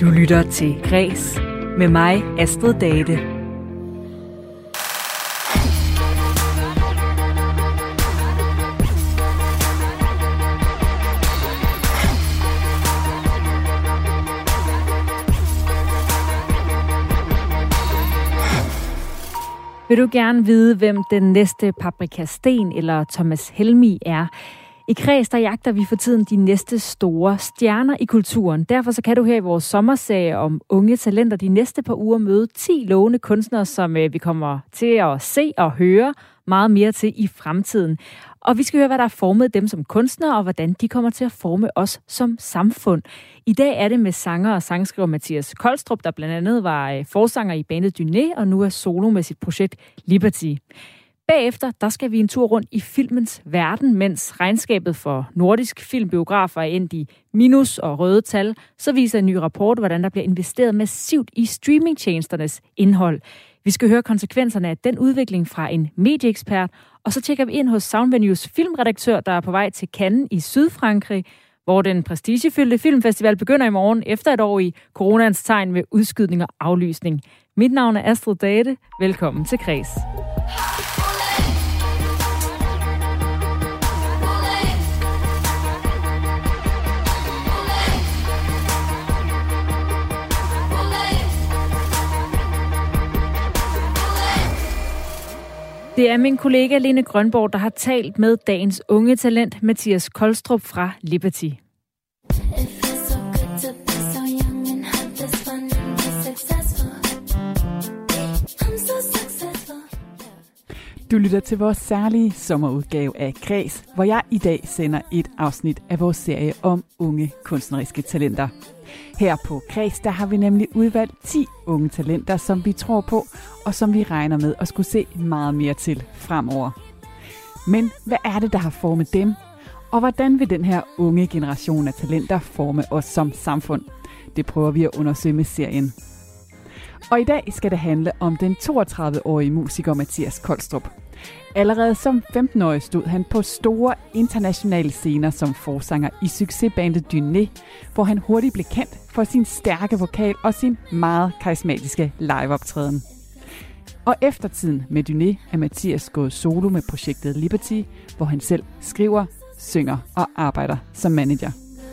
Du lytter til Græs med mig, Astrid Date. Vil du gerne vide, hvem den næste Paprika Steen eller Thomas Helmig er? I Kreds, der jagter vi for tiden de næste store stjerner i kulturen. Derfor så kan du her i vores sommerserie om unge talenter de næste par uger møde 10 lovende kunstnere, som vi kommer til at se og høre meget mere til i fremtiden. Og vi skal høre, hvad der har formet dem som kunstnere, og hvordan de kommer til at forme os som samfund. I dag er det med sanger og sangskriver Mathias Kolstrup, der blandt andet var forsanger i bandet Dyné, og nu er solo med sit projekt Liberty. Bagefter, der skal vi en tur rundt i filmens verden, mens regnskabet for nordisk filmbiografer er endt i minus og røde tal, så viser en ny rapport, hvordan der bliver investeret massivt i streamingtjenesternes indhold. Vi skal høre konsekvenserne af den udvikling fra en medieekspert, og så tjekker vi ind hos Soundvenues filmredaktør, der er på vej til Cannes i Sydfrankrig, hvor den prestigefyldte filmfestival begynder i morgen efter et år i coronans tegn med udskydning og aflysning. Mit navn er Astrid Date. Velkommen til Kreds. Det er min kollega Lene Grønborg, der har talt med dagens unge talent, Mathias Kolstrup fra Liberty. Du lytter til vores særlige sommerudgave af Kreds, hvor jeg i dag sender et afsnit af vores serie om unge kunstneriske talenter. Her på Kreds, der har vi nemlig udvalgt 10 unge talenter, som vi tror på, og som vi regner med at skulle se meget mere til fremover. Men hvad er det, der har formet dem? Og hvordan vil den her unge generation af talenter forme os som samfund? Det prøver vi at undersøge med serien. Og i dag skal det handle om den 32-årige musiker Mathias Kolstrup. Allerede som 15-årig stod han på store internationale scener som forsanger i succesbandet Dyné, hvor han hurtigt blev kendt for sin stærke vokal og sin meget karismatiske liveoptræden. Og efter tiden med Dyné er Mathias gået solo med projektet Liberty, hvor han selv skriver, synger og arbejder som manager.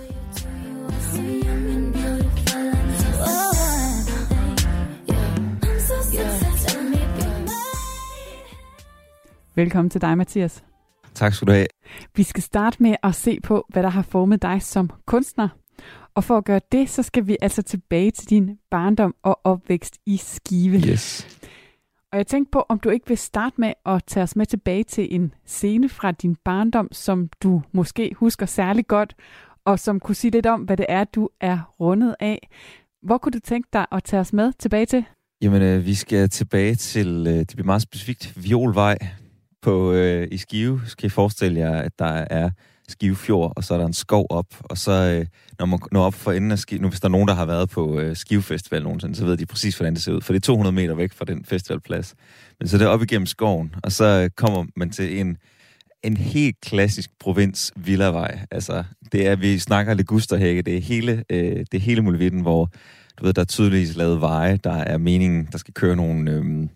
Velkommen til dig, Mathias. Tak skal du have. Vi skal starte med at se på, hvad der har formet dig som kunstner. Og for at gøre det, så skal vi altså tilbage til din barndom og opvækst i Skive. Yes. Og jeg tænkte på, om du ikke vil starte med at tage os med tilbage til en scene fra din barndom, som du måske husker særlig godt, og som kunne sige lidt om, hvad det er, du er rundet af. Hvor kunne du tænke dig at tage os med tilbage til? Jamen, vi skal tilbage til, det bliver meget specifikt, Violvej i Skive. Skal I forestille jer, at der er Skive Fjord, og så er der en skov op, og så når man når op for enden af Skive, nu hvis der er nogen, der har været på Skive Festival nogensinde, så ved de præcis, hvordan det ser ud, for det er 200 meter væk fra den festivalplads. Men så er det op igennem skoven, og så kommer man til en helt klassisk provins villavej. Altså, det er, vi snakker Ligusterhække, det er hele muligheden, hvor du ved, der er tydeligvis lavet veje, der er meningen, der skal køre nogle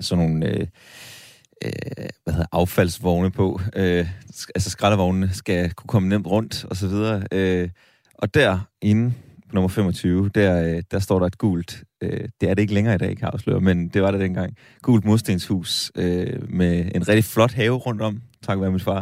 affaldsvogne på. Altså skraldevognene skal kunne komme nemt rundt, og så videre. Og derinde, på nummer 25, der står der et gult, det er det ikke længere i dag, kan jeg afsløre, men det var det dengang, gult murstenshus med en rigtig flot have rundt om, takket være min far.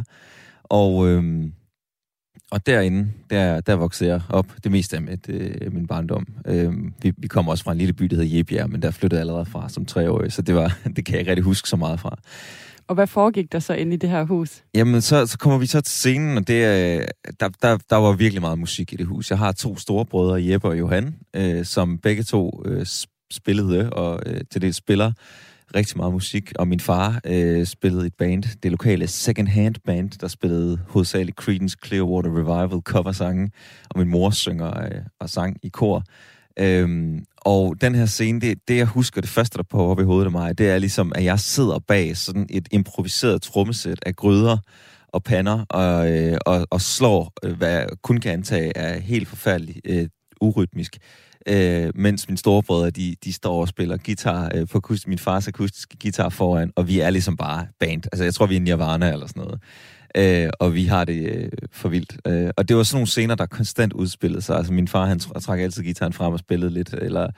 Og derinde, der voksede jeg op det meste af min barndom. Vi kommer også fra en lille by, der hedder Jebjerg, men der flyttede jeg allerede fra som 3-årig, så det kan jeg ikke rigtig huske så meget fra. Og hvad foregik der så inde i det her hus? Jamen, så kommer vi så til scenen, og der var virkelig meget musik i det hus. Jeg har 2 storebrødre, Jeppe og Johan, som begge to spillede og til det spiller rigtig meget musik, og min far spillede i et band, det lokale Second Hand Band, der spillede hovedsageligt Creedence Clearwater Revival coversange, og min mor synger og sang i kor. Og den her scene, det jeg husker, det første, der popper op i hovedet af mig, det er ligesom, at jeg sidder bag sådan et improviseret trommesæt af gryder og pander, og slår, hvad jeg kun kan antage er helt forfærdeligt urytmisk mens mine storebrødre, de står og spiller guitar på min fars akustiske guitar foran, og vi er ligesom bare band. Altså, jeg tror, vi er Nirvana eller sådan noget. Og vi har det for vildt. Og det var sådan nogle scener, der konstant udspillede sig. Altså, min far, han trak altid guitaren frem og spillede lidt, eller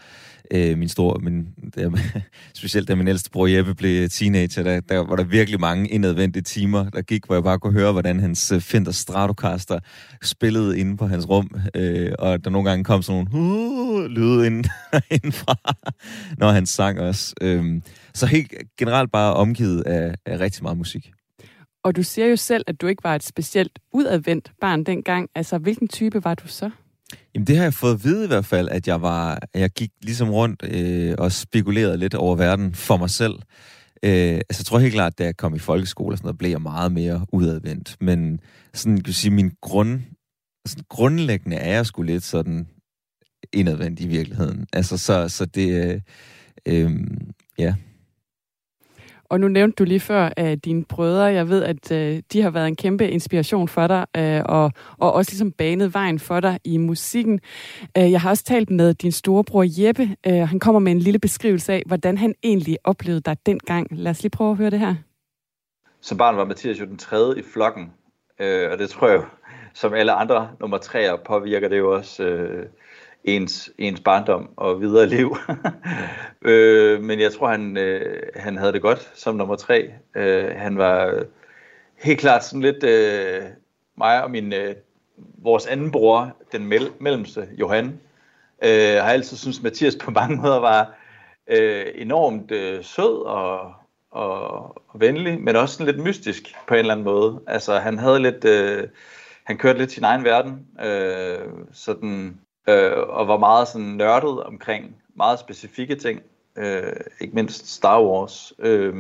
specielt da min ældste bror Jeppe blev teenager, der var der virkelig mange indadvendte timer, der gik, hvor jeg bare kunne høre, hvordan hans Fender Stratocaster spillede inde på hans rum, og der nogle gange kom sådan nogle lyde indenfra, når han sang også. Så helt generelt bare omgivet af rigtig meget musik. Og du siger jo selv, at du ikke var et specielt udadvendt barn dengang. Altså, hvilken type var du så? Jamen, det har jeg fået at vide i hvert fald, at jeg gik ligesom rundt og spekulerede lidt over verden for mig selv. Altså, jeg tror helt klart, at da jeg kom i folkeskole og sådan noget, blev jeg meget mere udadvendt. Men sådan, kan sige, min grundlæggende er jeg sgu lidt sådan indadvendt i virkeligheden. Altså, så det, ja. Og nu nævnte du lige før dine brødre. Jeg ved, at de har været en kæmpe inspiration for dig, og også ligesom banet vejen for dig i musikken. Jeg har også talt med din storebror Jeppe. Han kommer med en lille beskrivelse af, hvordan han egentlig oplevede dig dengang. Lad os lige prøve at høre det her. Som barn var Mathias jo den tredje i flokken, og det tror jeg jo, som alle andre nummer 3'er påvirker det jo også ens barndom og videre liv. Men jeg tror, han havde det godt som nummer 3. Han var helt klart sådan lidt mig og vores anden bror, den mellemste, Johan, har altid syntes, Mathias på mange måder var enormt sød og venlig, men også sådan lidt mystisk på en eller anden måde. Altså, han havde lidt, han kørte lidt sin egen verden, sådan, og var meget sådan nørdet omkring meget specifikke ting, ikke mindst Star Wars.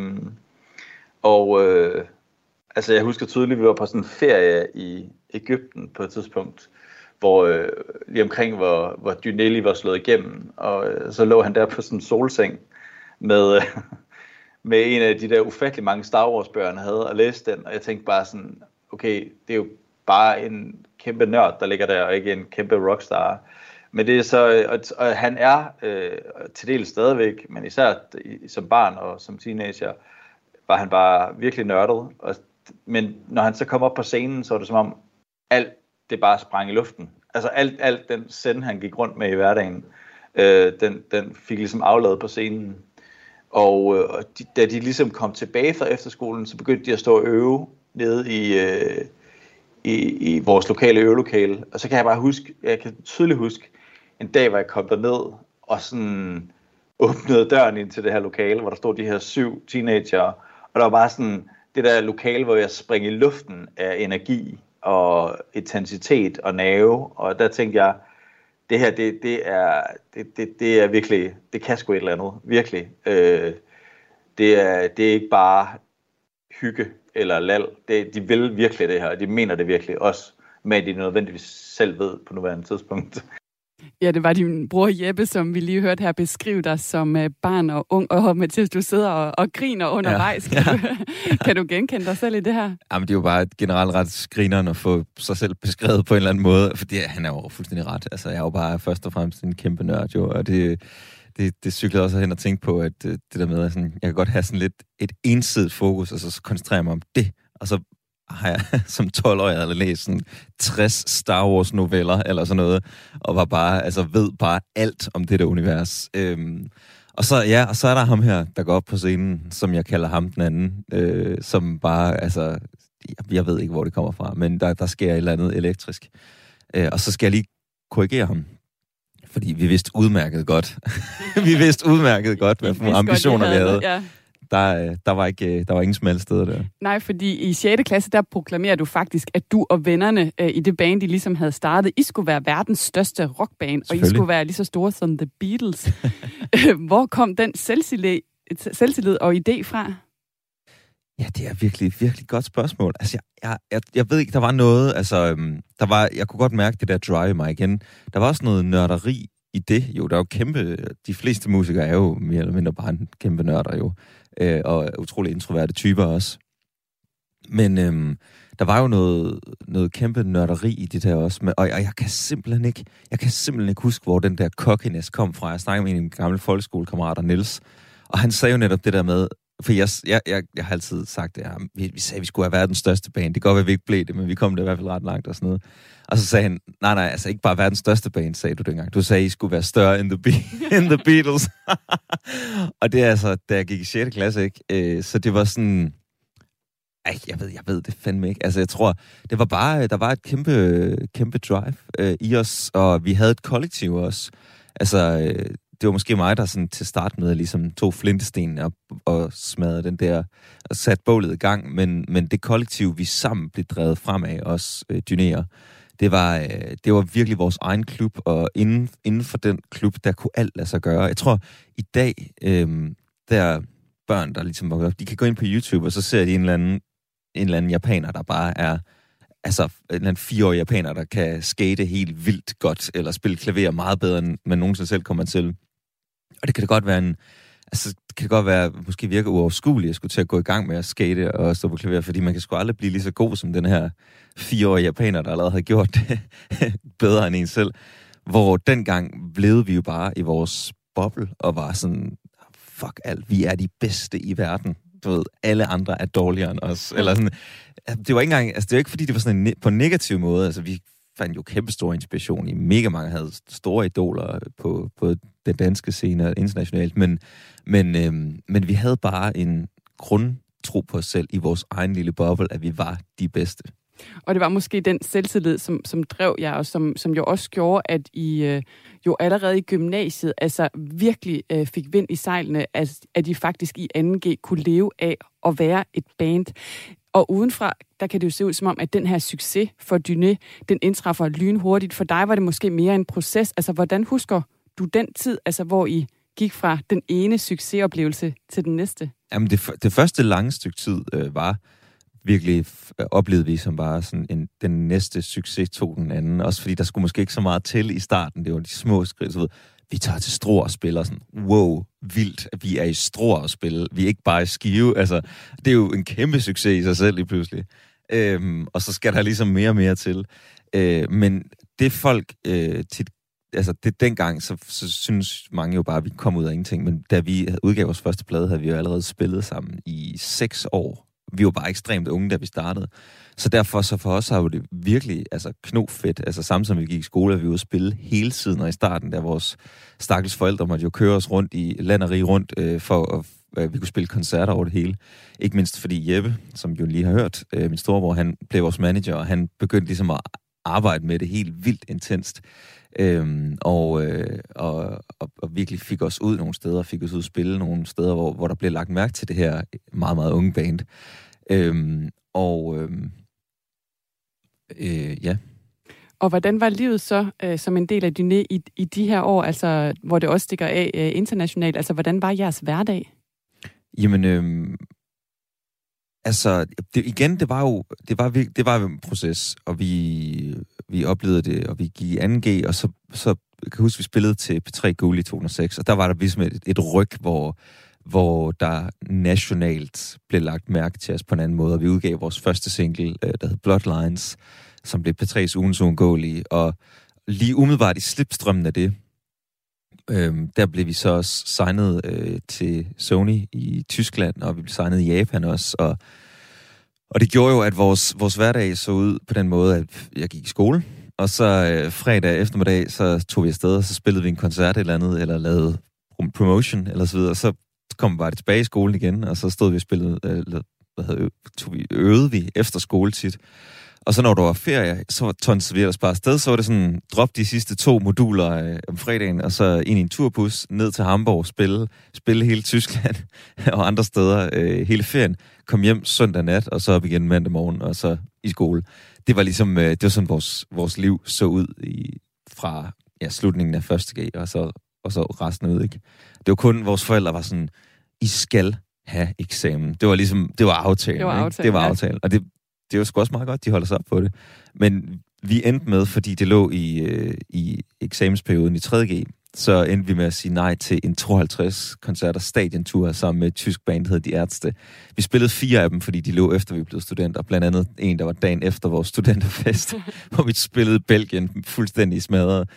Altså, jeg husker tydeligt, at vi var på sådan en ferie i Egypten på et tidspunkt, hvor lige omkring, hvor Dynelli var slået igennem, og så lå han der på sådan en solseng med en af de der ufattelig mange Star Wars bøger, han havde, og læste den, og jeg tænkte bare sådan, okay, det er jo bare en kæmpe nørd, der ligger der, og ikke en kæmpe rockstar. Men det er så, og han er til del stadigvæk, men især som barn og som teenager, var han bare virkelig nørdet. Men når han så kom op på scenen, så var det som om, alt det bare sprang i luften. Altså alt den send, han gik rundt med i hverdagen, den fik ligesom afladet på scenen. Og da de ligesom kom tilbage fra efterskolen, så begyndte de at stå og øve nede i vores lokale øvelokale. Og så kan jeg kan tydeligt huske, en dag, hvor jeg kom derned og sådan åbnede døren ind til det her lokale, hvor der stod de her 7 teenager. Og der var bare sådan det der lokale, hvor jeg springer i luften af energi og intensitet og nerve. Og der tænkte jeg, det her, det er virkelig, det kan sgu et eller andet, virkelig. Det er ikke bare hygge eller lal. De vil virkelig det her, og de mener det virkelig også, men de nødvendigvis selv ved på nuværende tidspunkt. Ja, det var din bror Jeppe, som vi lige hørte her beskrive dig som barn og ung, og Mathias, du sidder og griner undervejs. Ja. Kan du genkende dig selv i det her? Jamen, det er jo bare et generelt ret grineren at få sig selv beskrevet på en eller anden måde, fordi han er jo fuldstændig ret. Altså, jeg er jo bare først og fremmest en kæmpe nørd, jo, og det cyklede også hen og tænke på, at det der med, at sådan, jeg kan godt have sådan lidt et ensidigt fokus, og så koncentrere mig om det, og så har jeg som 12-årig læst sådan 60 Star Wars noveller eller sådan noget, og var bare, altså ved bare alt om det der univers. Og så er der ham her, der går op på scenen, som jeg kalder ham den anden, som bare, altså, jeg ved ikke, hvor det kommer fra, men der sker et eller andet elektrisk. Og så skal jeg lige korrigere ham, fordi vi vidste udmærket godt, hvad for ambitioner vi havde. Ja. Der var ingen smalle steder der. Nej, fordi i 6. klasse, der proklamerer du faktisk, at du og vennerne i det band, de ligesom havde startet, I skulle være verdens største rockband, og I skulle være lige så store som The Beatles. Hvor kom den selvtillid og idé fra? Ja, det er virkelig, virkelig godt spørgsmål. Altså, jeg ved ikke, der var noget, altså, jeg kunne godt mærke det der drive mig igen. Der var også noget nørderi i det, jo. Der er jo kæmpe, de fleste musikere er jo mere eller mindre bare en kæmpe nørder, jo. Og utrolig introverte typer også. Men der var jo noget kæmpe nørderi i det der også. Og jeg kan simpelthen ikke huske, hvor den der cockiness kom fra. Jeg snakkede med en af mine gamle folkeskolekammerater, Niels, og han sagde jo netop det der med, for jeg har altid sagt, at vi sagde, at vi skulle have verdens største band. Det kan godt være, at vi ikke blev det, men vi kom der i hvert fald ret langt og sådan noget. Og så sagde han, nej, altså ikke bare verdens største band, sagde du dengang. Du sagde, at I skulle være større end the Beatles. Og det er altså, da jeg gik i 6. klasse, ikke? Så det var sådan... Jeg ved det fandme ikke. Altså, jeg tror, det var bare... Der var et kæmpe drive i os, og vi havde et kollektiv også. Altså, det var måske mig, der sådan til start med ligesom tog flintesten og smadrede den der... og satte bålet i gang. Men det kollektiv, vi sammen blev drevet fremad, os Dynéer, det var virkelig vores egen klub, og inden for den klub, der kunne alt lade sig gøre. Jeg tror, i dag, der børn, der ligesom vokser op, de kan gå ind på YouTube, og så ser de en eller anden japaner, der bare er, altså en eller anden 4-årig japaner, der kan skate helt vildt godt, eller spille klaver meget bedre, end man nogensinde selv kommer til. Og det kan det godt være måske virke uoverskueligt, at skulle til at gå i gang med at skate og stå på klaver, fordi man kan sgu aldrig blive lige så god som den her 4-årige japaner, der allerede har gjort det bedre end en selv. Hvor dengang levede vi jo bare i vores boble, og var sådan, fuck alt, vi er de bedste i verden. Du ved, alle andre er dårligere end os. Eller sådan. Det var ikke engang, altså det var ikke fordi, det var sådan på en negativ måde. Altså vi fandt jo kæmpe stor inspiration i. Mega mange havde store idoler på den danske scene internationalt. Men vi havde bare en grundtro på os selv i vores egen lille boble, at vi var de bedste. Og det var måske den selvtillid, som drev jer, og som jo også gjorde, at I jo allerede i gymnasiet altså virkelig fik vind i sejlene, at I faktisk i 2G kunne leve af at være et band. Og udenfra, der kan det jo se ud som om, at den her succes for Dyné, den indtræffer lynhurtigt. For dig var det måske mere en proces. Altså, hvordan husker du den tid, altså hvor I gik fra den ene succesoplevelse til den næste? Jamen, det første lange stykke tid var virkelig oplevede vi som bare sådan den næste succes tog den anden. Også fordi der skulle måske ikke så meget til i starten. Det var de små skridt, så ved, vi tager til Struer og spiller sådan, wow, vildt, at vi er i Struer og spille. Vi er ikke bare i Skive. Altså, det er jo en kæmpe succes i sig selv lige pludselig. Og så skal der ligesom mere og mere til. Men det folk dengang, så synes mange jo bare, at vi kom ud af ingenting. Men da vi udgav vores første plade, havde vi jo allerede spillet sammen i 6 år. Vi var bare ekstremt unge, da vi startede. Så derfor, så for os har jo det virkelig knofedt. Altså samtidig som vi gik i skole, at vi ude at spille hele tiden. Og i starten, der vores stakkels forældre måtte jo køre os rundt i land og rige rundt, for at vi kunne spille koncerter over det hele. Ikke mindst fordi Jeppe, som jo lige har hørt, min storebror, han blev vores manager, og han begyndte ligesom at arbejde med det helt vildt intenst. Og virkelig fik os ud nogle steder, fik os ud at spille nogle steder, hvor der blev lagt mærke til det her meget, meget unge band. Ja. Og hvordan var livet så som en del af Dyné i de her år, altså hvor det også stikker af internationalt? Altså, hvordan var jeres hverdag? Jamen, det var en proces, og vi oplevede det, og vi gik i 2G, og så jeg kan huske, vi spillede til P3 Guld i 2006, og der var der ligesom et ryg, hvor der nationalt blev lagt mærke til os på en anden måde, og vi udgav vores første single, der hed Bloodlines, som blev P3's ugens uundgåelige, og lige umiddelbart i slipstrømmen af det, der blev vi så også signet til Sony i Tyskland, og vi blev signet i Japan også, og det gjorde jo, at vores hverdag så ud på den måde, at jeg gik i skole, og så fredag eftermiddag, så tog vi afsted, og så spillede vi en koncert eller andet, eller lavede promotion, eller så videre, og så kom vi bare tilbage i skolen igen, og så stod vi og spillede, øvede vi efter skole tit. Og så når der var ferie, så tonsede vi ellers bare afsted, så var det sådan, drop de sidste 2 moduler om fredagen, og så ind i en turbus ned til Hamburg, spille hele Tyskland og andre steder hele ferien, kom hjem søndag nat, og så op igen mandag morgen, og så i skole. Det var ligesom, det var sådan vores liv så ud fra slutningen af 1.G, og så resten ud, ikke? Det var kun, vores forældre var sådan, I skal have eksamen. Det var ligesom, det var aftalen. Det var aftalen. Og det var sgu også meget godt, de holder sig op på det. Men vi endte med, fordi det lå i eksamensperioden i 3.G, så endte vi med at sige nej til en 52-koncerter stadiontur sammen med et tysk band, der hedder De Ærzte. Vi spillede 4 af dem, fordi de lå efter vi blev studenter. Blandt andet en, der var dagen efter vores studenterfest, hvor vi spillede Belgien fuldstændig smadret.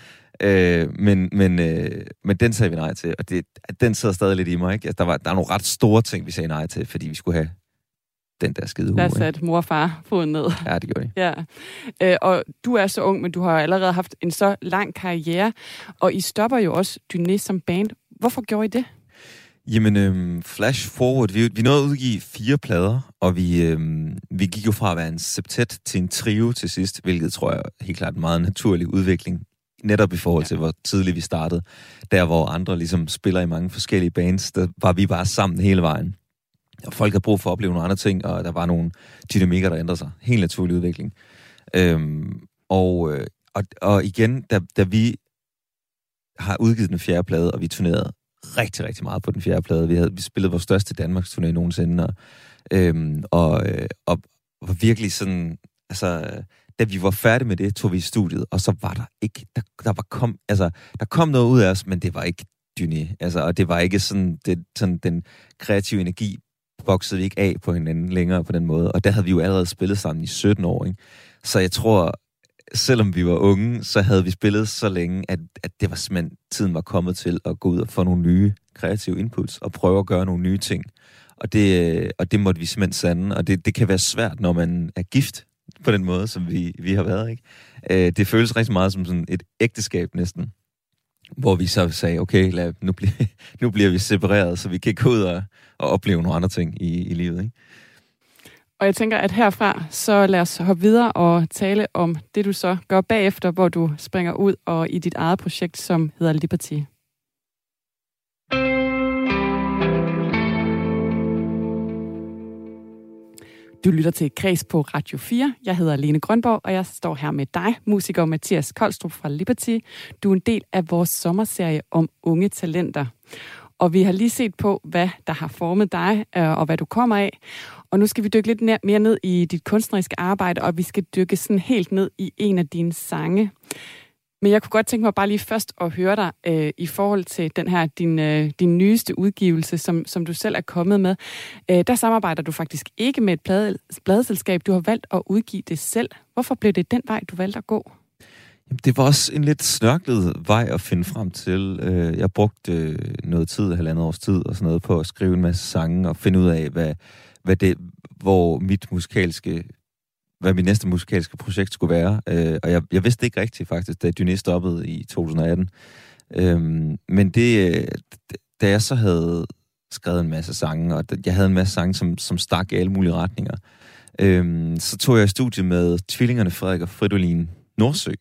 Men den sagde vi nej til, og den sidder stadig lidt i mig, ikke? Altså, der er nogle ret store ting, vi sagde nej til, fordi vi skulle have den der skide hue. Der satte mor og far foden ned. Ja, det gjorde de. Ja. Og du er så ung, men du har allerede haft en så lang karriere, og I stopper jo også Dyné som band. Hvorfor gjorde I det? Jamen, flash forward. Vi nåede at udgive 4 plader, og vi gik jo fra at være en septet til en trio til sidst, hvilket tror jeg helt klart en meget naturlig udvikling, netop i forhold til, hvor tidligt vi startede. Der, hvor andre ligesom spiller i mange forskellige bands, der var vi bare sammen hele vejen. Og folk havde brug for at opleve nogle andre ting, og der var nogle dynamikker, der ændrede sig. Helt naturlig udvikling. Og igen, da vi har udgivet den 4. plade, og vi turnerede rigtig, rigtig meget på den 4. plade. Vi spillede vores største Danmarks turné nogensinde, og var virkelig sådan, altså, da vi var færdige med det, tog vi i studiet, og så var der ikke, der kom noget ud af os, men det var ikke Dyné, altså, og det var ikke sådan den kreative energi voksede vi ikke af på hinanden længere på den måde, og der havde vi jo allerede spillet sammen i 17 år, ikke? Så jeg tror, selvom vi var unge, så havde vi spillet så længe, at det var simpelthen, tiden var kommet til at gå ud og få nogle nye kreative inputs, og prøve at gøre nogle nye ting. Og det måtte vi simpelthen sande, og det kan være svært, når man er gift på den måde, som vi har været, ikke? Det føles rigtig meget som sådan et ægteskab næsten, hvor vi så sagde, okay, nu bliver vi separeret, så vi kan gå ud og opleve nogle andre ting i livet, ikke? Og jeg tænker, at herfra, så lad os hoppe videre og tale om det, du så gør bagefter, hvor du springer ud og i dit eget projekt, som hedder Liberty. Du lytter til Kreds på Radio 4. Jeg hedder Lene Grønborg, og jeg står her med dig, musiker Mathias Kolstrup fra Liberty. Du er en del af vores sommerserie om unge talenter. Og vi har lige set på, hvad der har formet dig, og hvad du kommer af. Og nu skal vi dykke lidt mere ned i dit kunstneriske arbejde, og vi skal dykke sådan helt ned i en af dine sange. Men jeg kunne godt tænke mig bare lige først at høre dig i forhold til den her, din nyeste udgivelse, som du selv er kommet med. Der samarbejder du faktisk ikke med et pladeselskab. Du har valgt at udgive det selv. Hvorfor blev det den vej, du valgte at gå? Det var også en lidt snørklet vej at finde frem til. Jeg brugte noget tid, 1,5 års tid og sådan noget, på at skrive en masse sange og finde ud af, hvad mit næste musikalske projekt skulle være. Og jeg vidste ikke rigtigt faktisk, da Dyné stoppede i 2018. Men da jeg så havde skrevet en masse sange, og jeg havde en masse sange, som stak i alle mulige retninger, så tog jeg i studiet med tvillingerne Frederik og Fridolin Nordsø.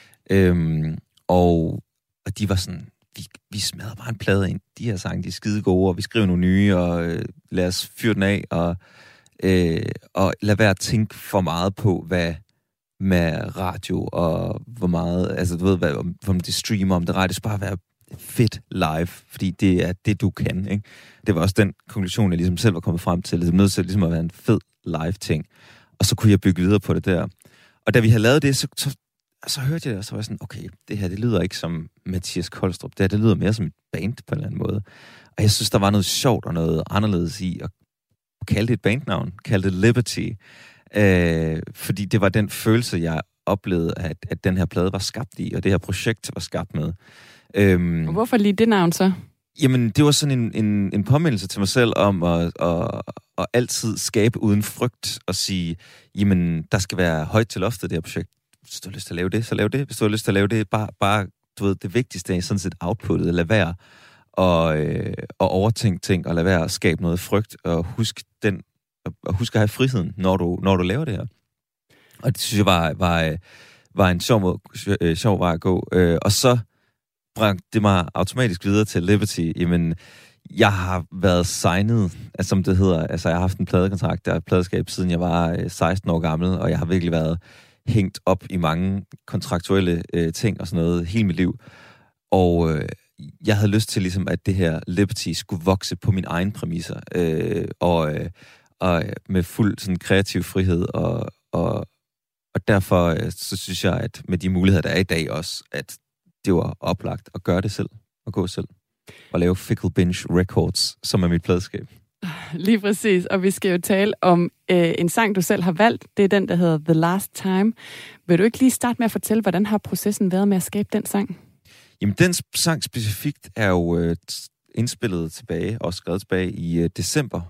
Og de var sådan, vi smadrer bare en plade ind. De her sange, de er skide gode, og vi skriver nogle nye, og lad os fyre den af, og lad være at tænke for meget på, hvad med radio, og hvor meget, altså du ved, hvor det streamer, om det radio skal bare være fedt live, fordi det er det, du kan, ikke? Det var også den konklusion, jeg ligesom selv var kommet frem til. Det er nødt til ligesom at være en fed live-ting. Og så kunne jeg bygge videre på det der. Og da vi havde lavet det, så hørte jeg det, og så var jeg sådan, okay, det her, det lyder ikke som Mathias Kolstrup. Det lyder mere som et band på en eller anden måde. Og jeg synes, der var noget sjovt og noget anderledes i at kalde det et bandnavn. Kalde det Liberty. Fordi det var den følelse, jeg oplevede, at den her plade var skabt i, og det her projekt var skabt med. Og hvorfor lige det navn så? Jamen, det var sådan en påmindelse til mig selv om at altid skabe uden frygt og sige, jamen, der skal være højt til loftet, det her projekt. Hvis du har lyst til at lave det, så lav det. Hvis du har lyst til at lave det, bare du ved, det vigtigste er sådan set outputtet. Lad være og overtænke ting, og lad være at skabe noget frygt, og husk at have friheden, når du laver det her. Og det synes jeg var en sjov vej at gå. Og så bragte det mig automatisk videre til Liberty. Jamen, jeg har været signet, som det hedder. Altså, jeg har haft en pladekontrakt, der er et pladeskab, siden jeg var 16 år gammel, og jeg har virkelig været hængt op i mange kontraktuelle ting og sådan noget hele mit liv. Og jeg havde lyst til ligesom, at det her Liberty skulle vokse på mine egne præmisser, og med fuld sådan kreativ frihed, og derfor så synes jeg, at med de muligheder, der er i dag også, at det var oplagt at gøre det selv. at gå selv. Og lave Fickle Binge Records, som er mit pladeskab. Lige præcis, og vi skal jo tale om en sang, du selv har valgt. Det er den, der hedder The Last Time. Vil du ikke lige starte med at fortælle, hvordan har processen været med at skabe den sang? Jamen, den sang specifikt er jo indspillet tilbage, og skrevet tilbage i december.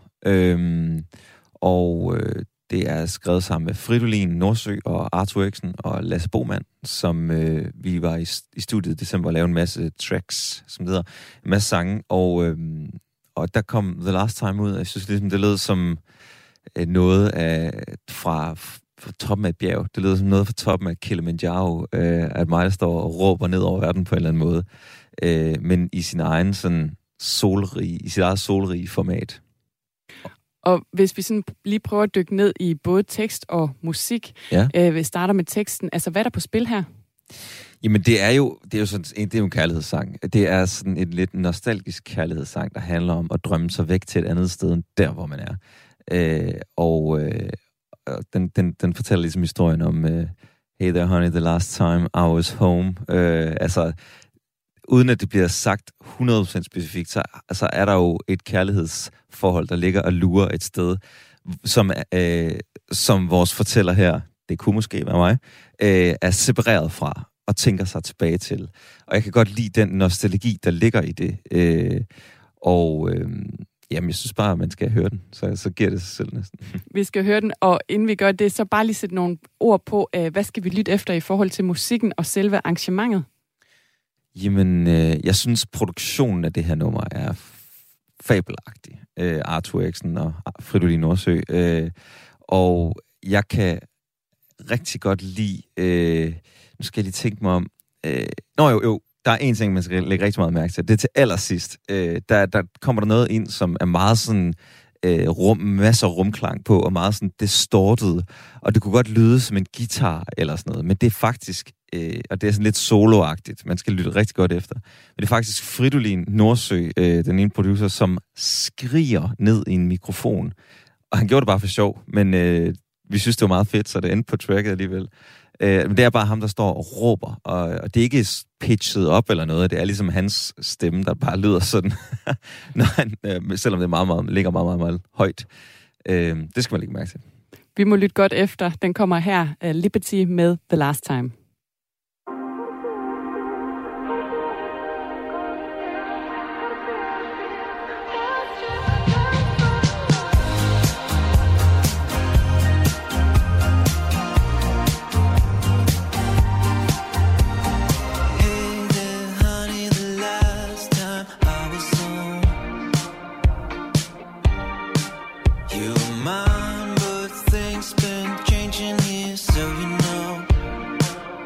Det er skrevet sammen med Fridolin Nordsø og Arthur Eriksen og Lasse Boman, som vi var i studiet i december og lavede en masse tracks, som det hedder, en masse sange, og der kom The Last Time ud, og jeg synes ligesom, det lød som noget af fra toppen af et bjerg. Det lød som noget fra toppen af Kilimanjaro, at mig, der står og råber ned over verden på en eller anden måde, men i sin egen sådan i sit eget solrige format. Og hvis vi sådan lige prøver at dykke ned i både tekst og musik, vi starter med teksten. Altså, hvad er der på spil her? Jamen, det er jo en kærlighedssang. Det er sådan en lidt nostalgisk kærlighedssang, der handler om at drømme sig væk til et andet sted end der, hvor man er. Den fortæller ligesom historien om Hey there honey, the last time I was home. Uden at det bliver sagt 100% specifikt, så er der jo et kærlighedsforhold, der ligger og lurer et sted, som vores fortæller her, det kunne måske være mig, er separeret fra og tænker sig tilbage til. Og jeg kan godt lide den nostalgi, der ligger i det. Jamen, jeg synes bare, at man skal høre den, så giver det sig selv næsten. Vi skal høre den, og inden vi gør det, så bare lige sætte nogle ord på, hvad skal vi lytte efter i forhold til musikken og selve arrangementet? Jamen, jeg synes, produktionen af det her nummer er fabelagtig. Arthur Eriksen og Fridolin Nordsø. Og jeg kan rigtig godt lide... nu skal jeg lige tænke mig om... der er en ting, man skal lægge rigtig meget mærke til. Det er til allersidst. Der kommer der noget ind, som er meget sådan... masser af rumklang på, og meget sådan distortet. Og det kunne godt lyde som en guitar eller sådan noget, men det er faktisk, og det er sådan lidt soloagtigt, man skal lytte rigtig godt efter. Men det er faktisk Fridolin Nordsø, den ene producer, som skriger ned i en mikrofon. Og han gjorde det bare for sjov, men vi synes, det var meget fedt, så det endte på tracket alligevel. Men det er bare ham, der står og råber, og det er ikke pitchet op eller noget, det er ligesom hans stemme, der bare lyder sådan, når han, selvom det ligger meget, meget, meget højt. Det skal man lægge mærke til. Vi må lytte godt efter. Den kommer her, Liberty med The Last Time. Mine, but things been changing here, so you know.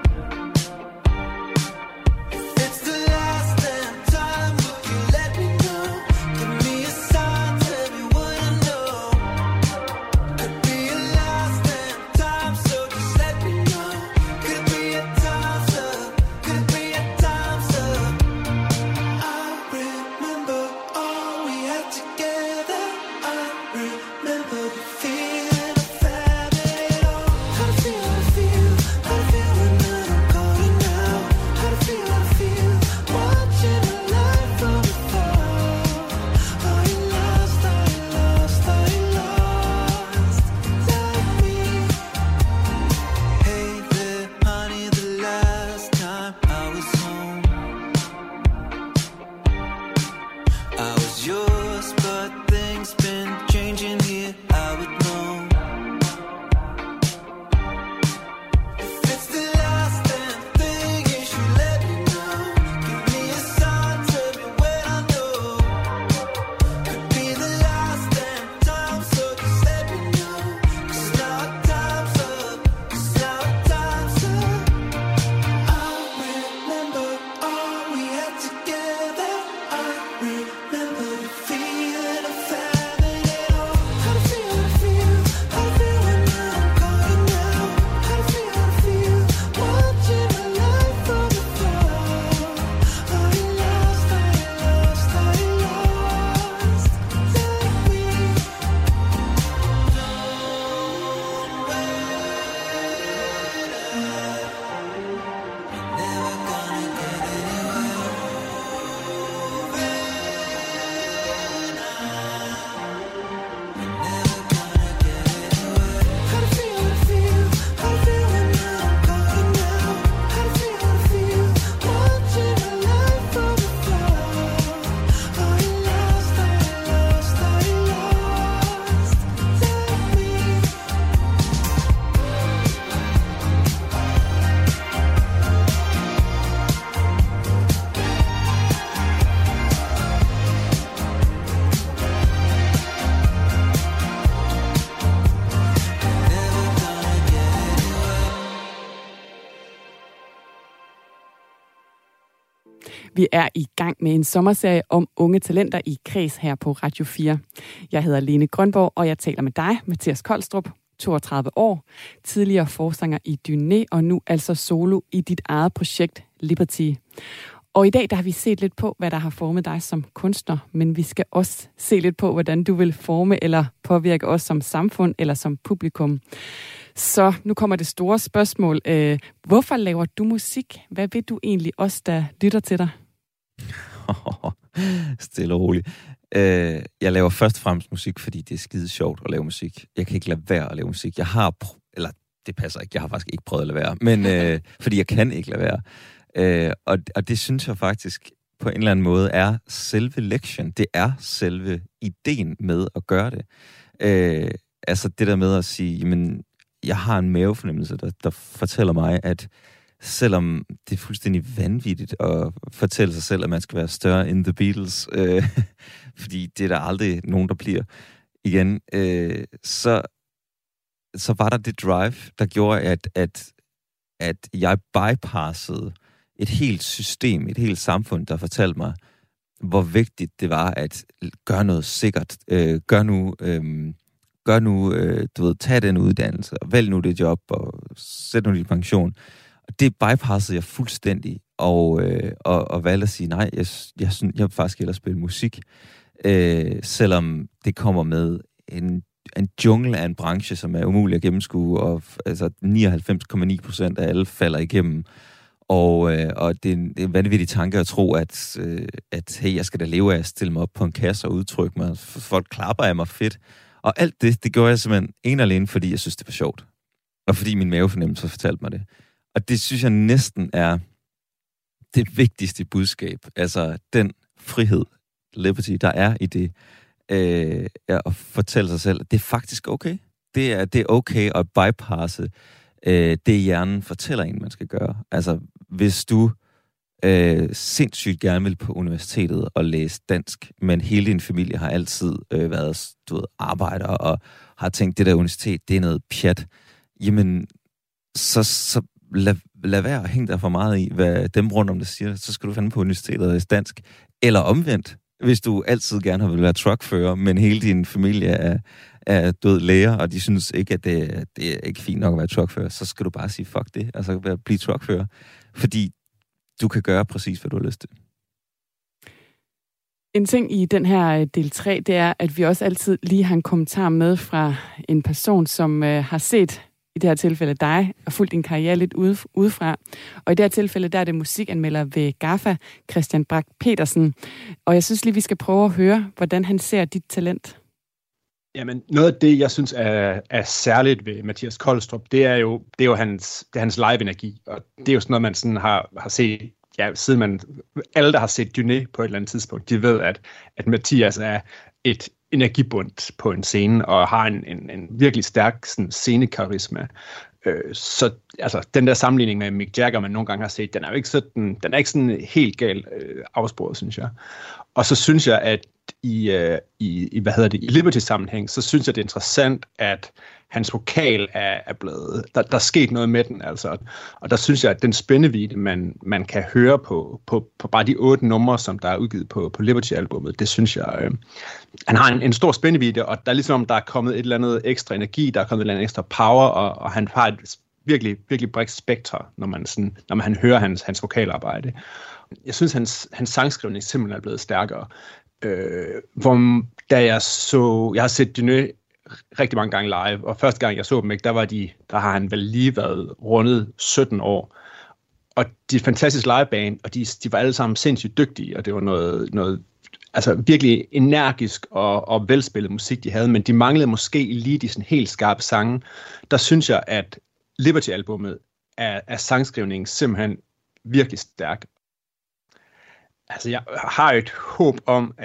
Vi er i gang med en sommerserie om unge talenter i Kreds her på Radio 4. Jeg hedder Lene Grønborg, og jeg taler med dig, Mathias Koldstrup, 32 år, tidligere forsanger i Dyné, og nu altså solo i dit eget projekt Liberty. Og i dag der har vi set lidt på, hvad der har formet dig som kunstner, men vi skal også se lidt på, hvordan du vil forme eller påvirke os som samfund eller som publikum. Så nu kommer det store spørgsmål. Hvorfor laver du musik? Hvad vil du egentlig os, der lytter til dig? Stille og roligt. Jeg laver først og fremmest musik, fordi det er skide sjovt at lave musik. Jeg kan ikke lade være at lave musik. Eller det passer ikke, jeg har faktisk ikke prøvet at lade være, men fordi jeg kan ikke lade være. Og det synes jeg faktisk på en eller anden måde er selve lektion. Det er selve ideen med at gøre det. Altså det der med at sige, jamen, jeg har en mavefornemmelse, der fortæller mig, at selvom det er fuldstændig vanvittigt at fortælle sig selv, at man skal være større end The Beatles, fordi det er der aldrig nogen, der bliver igen, så var der det drive, der gjorde, at jeg bypassede et helt system, et helt samfund, der fortalte mig, hvor vigtigt det var at gøre noget sikkert. Gør nu, tag den uddannelse, og vælg nu det job, og sæt nu din pension. Og det bypassede jeg fuldstændig, og valgte at sige, nej, jeg vil faktisk hellere spille musik, selvom det kommer med en jungle af en branche, som er umulig at gennemskue, og altså 99,9% af alle falder igennem. Og det er en vanvittig tanke at tro, at hey, jeg skal da leve af at stille mig op på en kasse og udtrykke mig. Folk klapper af mig fedt. Og alt det gjorde jeg simpelthen en alene, fordi jeg synes, det var sjovt. Og fordi min mavefornemmelse fortalte mig det. Og det synes jeg næsten er det vigtigste budskab. Altså den frihed, liberty, der er i det, at fortælle sig selv, at det er faktisk okay. Det er okay at bypasse det hjernen fortæller en, man skal gøre. Altså, hvis du sindssygt gerne vil på universitetet og læse dansk, men hele din familie har altid været arbejder og har tænkt, det der universitet, det er noget pjat, jamen, så lad være at hænge dig for meget i, hvad dem rundt om det siger. Så skal du finde på universitetet og læse dansk. Eller omvendt, hvis du altid gerne har vil være truckfører, men hele din familie er død læger, og de synes ikke, at det er ikke fint nok at være truckfører, så skal du bare sige, fuck det, altså blive truckfører. Fordi du kan gøre præcis, hvad du har lyst til. En ting i den her del 3, det er, at vi også altid lige har en kommentar med fra en person, som har set, i det her tilfælde dig, og fulgt din karriere lidt udefra. Og i det her tilfælde, der er det musikanmelder ved GAFFA, Christian Brak Petersen. Og jeg synes lige, vi skal prøve at høre, hvordan han ser dit talent. Jamen, noget af det, jeg synes er særligt ved Mathias Koldstrup, det er jo hans live-energi. Og det er jo sådan noget, man sådan har set, ja, siden alle, der har set Dyné på et eller andet tidspunkt, de ved, at Mathias er et energibund på en scene, og har en virkelig stærk sådan, scenekarisma. Så altså, den der sammenligning med Mick Jagger, man nogle gange har set, den er ikke sådan helt galt afsporet, synes jeg. Og så synes jeg, at i Liberty-sammenhæng, så synes jeg, det er interessant, at hans vokal er blevet, der er sket noget med den, altså. Og der synes jeg, at den spændvidde, man kan høre på bare de 8 numre, som der er udgivet på Liberty-albummet, det synes jeg, han har en stor spændvidde, og der er ligesom, der er kommet et eller andet ekstra energi, der er kommet et eller andet ekstra power, og han har et virkelig, virkelig bredt spektre, når man hører hans vokalarbejde. Jeg synes, hans sangskrivning simpelthen er blevet stærkere. Jeg har set Dyné rigtig mange gange live, og første gang jeg så dem, der har han vel lige været rundet 17 år. Og de er fantastisk liveband, og de var alle sammen sindssygt dygtige, og det var noget altså virkelig energisk og velspillet musik, de havde, men de manglede måske lige de sådan helt skarpe sange. Der synes jeg, at Liberty-albummet er sangskrivningen simpelthen virkelig stærk. Altså, jeg har et håb om,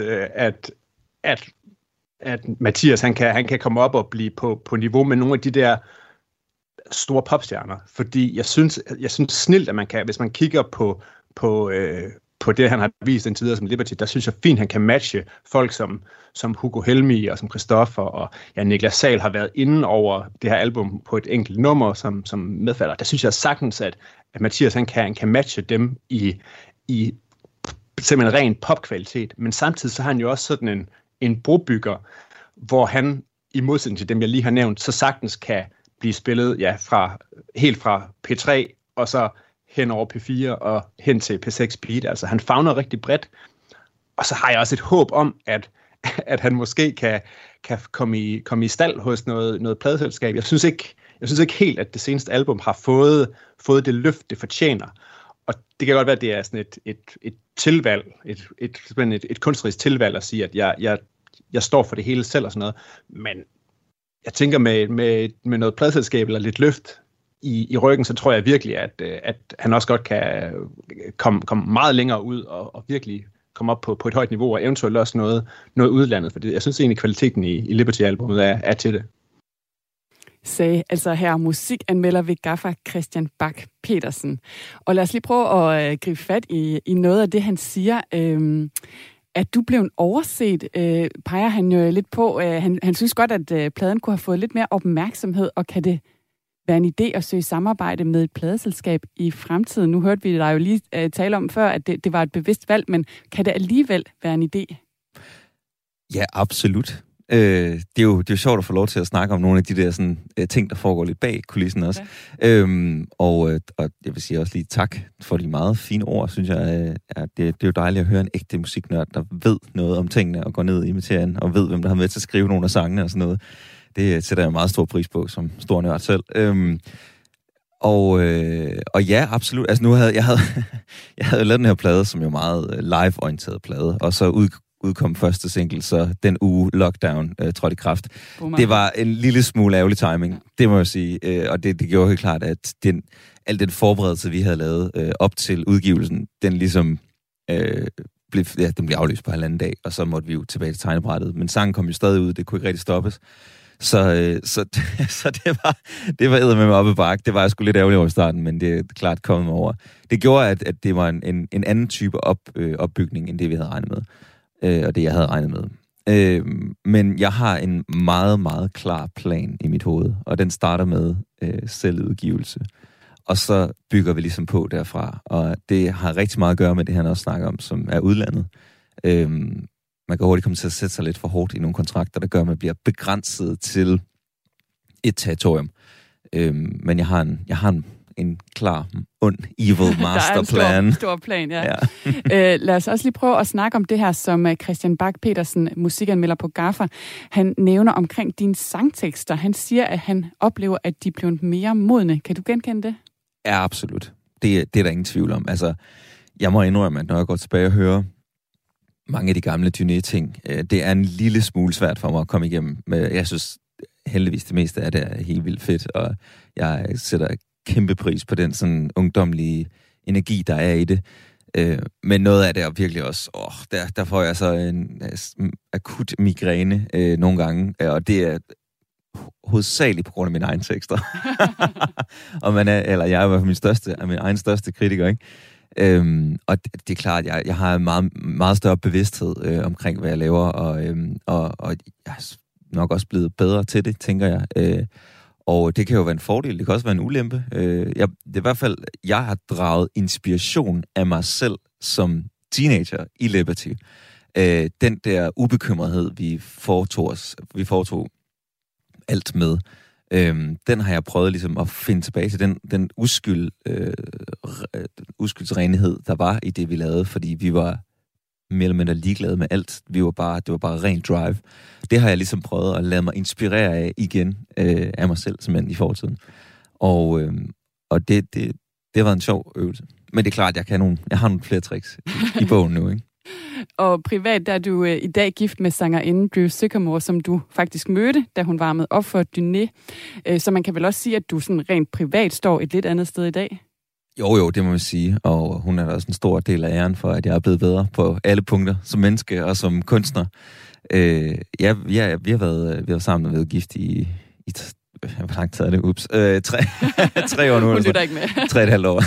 at Mathias han kan komme op og blive på niveau med nogle af de der store popstjerner, fordi jeg synes snilt, at man kan, hvis man kigger på det, han har vist indtil videre som Liberty, der synes jeg fint, han kan matche folk som Hugo Helmi og som Christoffer, og ja, Niklas Sahl har været inde over det her album på et enkelt nummer som medfalder. Der synes jeg sagtens, at Mathias han kan matche dem i i simpelthen ren popkvalitet, men samtidig så har han jo også sådan en brobygger, hvor han, i modsætning til dem, jeg lige har nævnt, så sagtens kan blive spillet helt fra P3, og så hen over P4 og hen til P6 Beat. Altså han favner rigtig bredt, og så har jeg også et håb om, at han måske kan komme i stald hos noget pladeselskab. Jeg synes ikke helt, at det seneste album har fået det løft, det fortjener. Og det kan godt være, at det er sådan et tilvalg, et kunstnerisk tilvalg at sige, at jeg står for det hele selv og sådan noget. Men jeg tænker med noget pladeselskab eller lidt løft i ryggen, så tror jeg virkelig, at han også godt kan komme meget længere ud og virkelig komme op på et højt niveau, og eventuelt også noget udlandet. For jeg synes egentlig, kvaliteten i Liberty-albumet er til det. Sagde altså her musikanmelder ved Gaffa Christian Bach Petersen. Og lad os lige prøve at gribe fat i noget af det, han siger. At du blev overset, peger han jo lidt på. Han synes godt, at pladen kunne have fået lidt mere opmærksomhed, og kan det være en idé at søge samarbejde med et pladeselskab i fremtiden? Nu hørte vi dig jo lige tale om før, at det var et bevidst valg, men kan det alligevel være en idé? Ja, absolut. Det er jo sjovt at få lov til at snakke om nogle af de der sådan, ting, der foregår lidt bag kulissen også. Okay. Og jeg vil sige også lige tak for de meget fine ord, synes jeg. Det er jo dejligt at høre en ægte musiknørd, der ved noget om tingene og går ned i materien og ved, hvem der har med til at skrive nogle af sangene og sådan noget. Det sætter jeg meget stor pris på som stor nørd selv. Og ja, absolut. Altså nu havde jeg havde lavet den her plade, som jo er meget live-orienteret plade, og så udkom første single, så den uge lockdown trådte i kraft. Det var en lille smule ærgerlig timing, det må jeg sige. Og det gjorde helt klart, at al den forberedelse, vi havde lavet op til udgivelsen, den ligesom den blev aflyst på 1,5 dag, og så måtte vi jo tilbage til tegnebrættet. Men sangen kom jo stadig ud, det kunne ikke rigtig stoppes. Så det var eddermame oppe bakke. Det var jeg sgu lidt ærgerlig over i starten, men det er klart kommet mig over. Det gjorde, at det var en anden type opbygning, end det vi havde regnet med. Og det jeg havde regnet med. Men jeg har en meget, meget klar plan i mit hoved, og den starter med selvudgivelse. Og så bygger vi ligesom på derfra, og det har rigtig meget at gøre med det, han også snakker om, som er udlandet. Man kan hurtigt komme til at sætte sig lidt for hårdt i nogle kontrakter, der gør, at man bliver begrænset til et territorium. Men jeg har en klar, ond, evil masterplan. Der er en stor plan, ja. Lad os også lige prøve at snakke om det her, som Christian Bach Petersen, musikanmelder på Gaffa, han nævner omkring dine sangtekster. Han siger, at han oplever, at de er blevet mere modne. Kan du genkende det? Ja, absolut. Det er der ingen tvivl om. Altså, jeg må indrømme, at når jeg går tilbage og hører mange af de gamle Dyné-ting, det er en lille smule svært for mig at komme igennem. Jeg synes heldigvis det meste af det er helt vildt fedt, og jeg sætter kæmpe pris på den sådan ungdomlige energi, der er i det. Men noget af det er virkelig også, der får jeg så en akut migræne nogle gange, og det er hovedsageligt på grund af mine egne tekster. Og jeg er i hvert fald min egen største kritiker, ikke? Og det er klart, at jeg har en meget, meget større bevidsthed omkring, hvad jeg laver, og jeg er nok også blevet bedre til det, tænker jeg. Og det kan jo være en fordel, det kan også være en ulempe. Det er i hvert fald, jeg har draget inspiration af mig selv som teenager i Liberty. Den der ubekymrethed, vi foretog alt med, den har jeg prøvet ligesom at finde tilbage til, den uskyldsrenhed, der var i det, vi lavede, fordi vi var mere eller mindre ligeglade med alt. Det var bare ren drive. Det har jeg ligesom prøvet at lade mig inspirere af igen, af mig selv, simpelthen i fortiden. Og det har været en sjov øvelse. Men det er klart, jeg har nogle flere tricks i bogen nu, ikke? Og privat, der er du i dag gift med sangerinden Drew Sycamore, som du faktisk mødte, da hun varmede op for Dyné. Så man kan vel også sige, at du sådan rent privat står et lidt andet sted i dag? Jo, det må man sige. Og hun er da også en stor del af æren for, at jeg er blevet bedre på alle punkter, som menneske og som kunstner. Vi har været sammen og været gift i hvor lang tid er det? 3 år nu. Hun lytter ikke med. 3,5 år.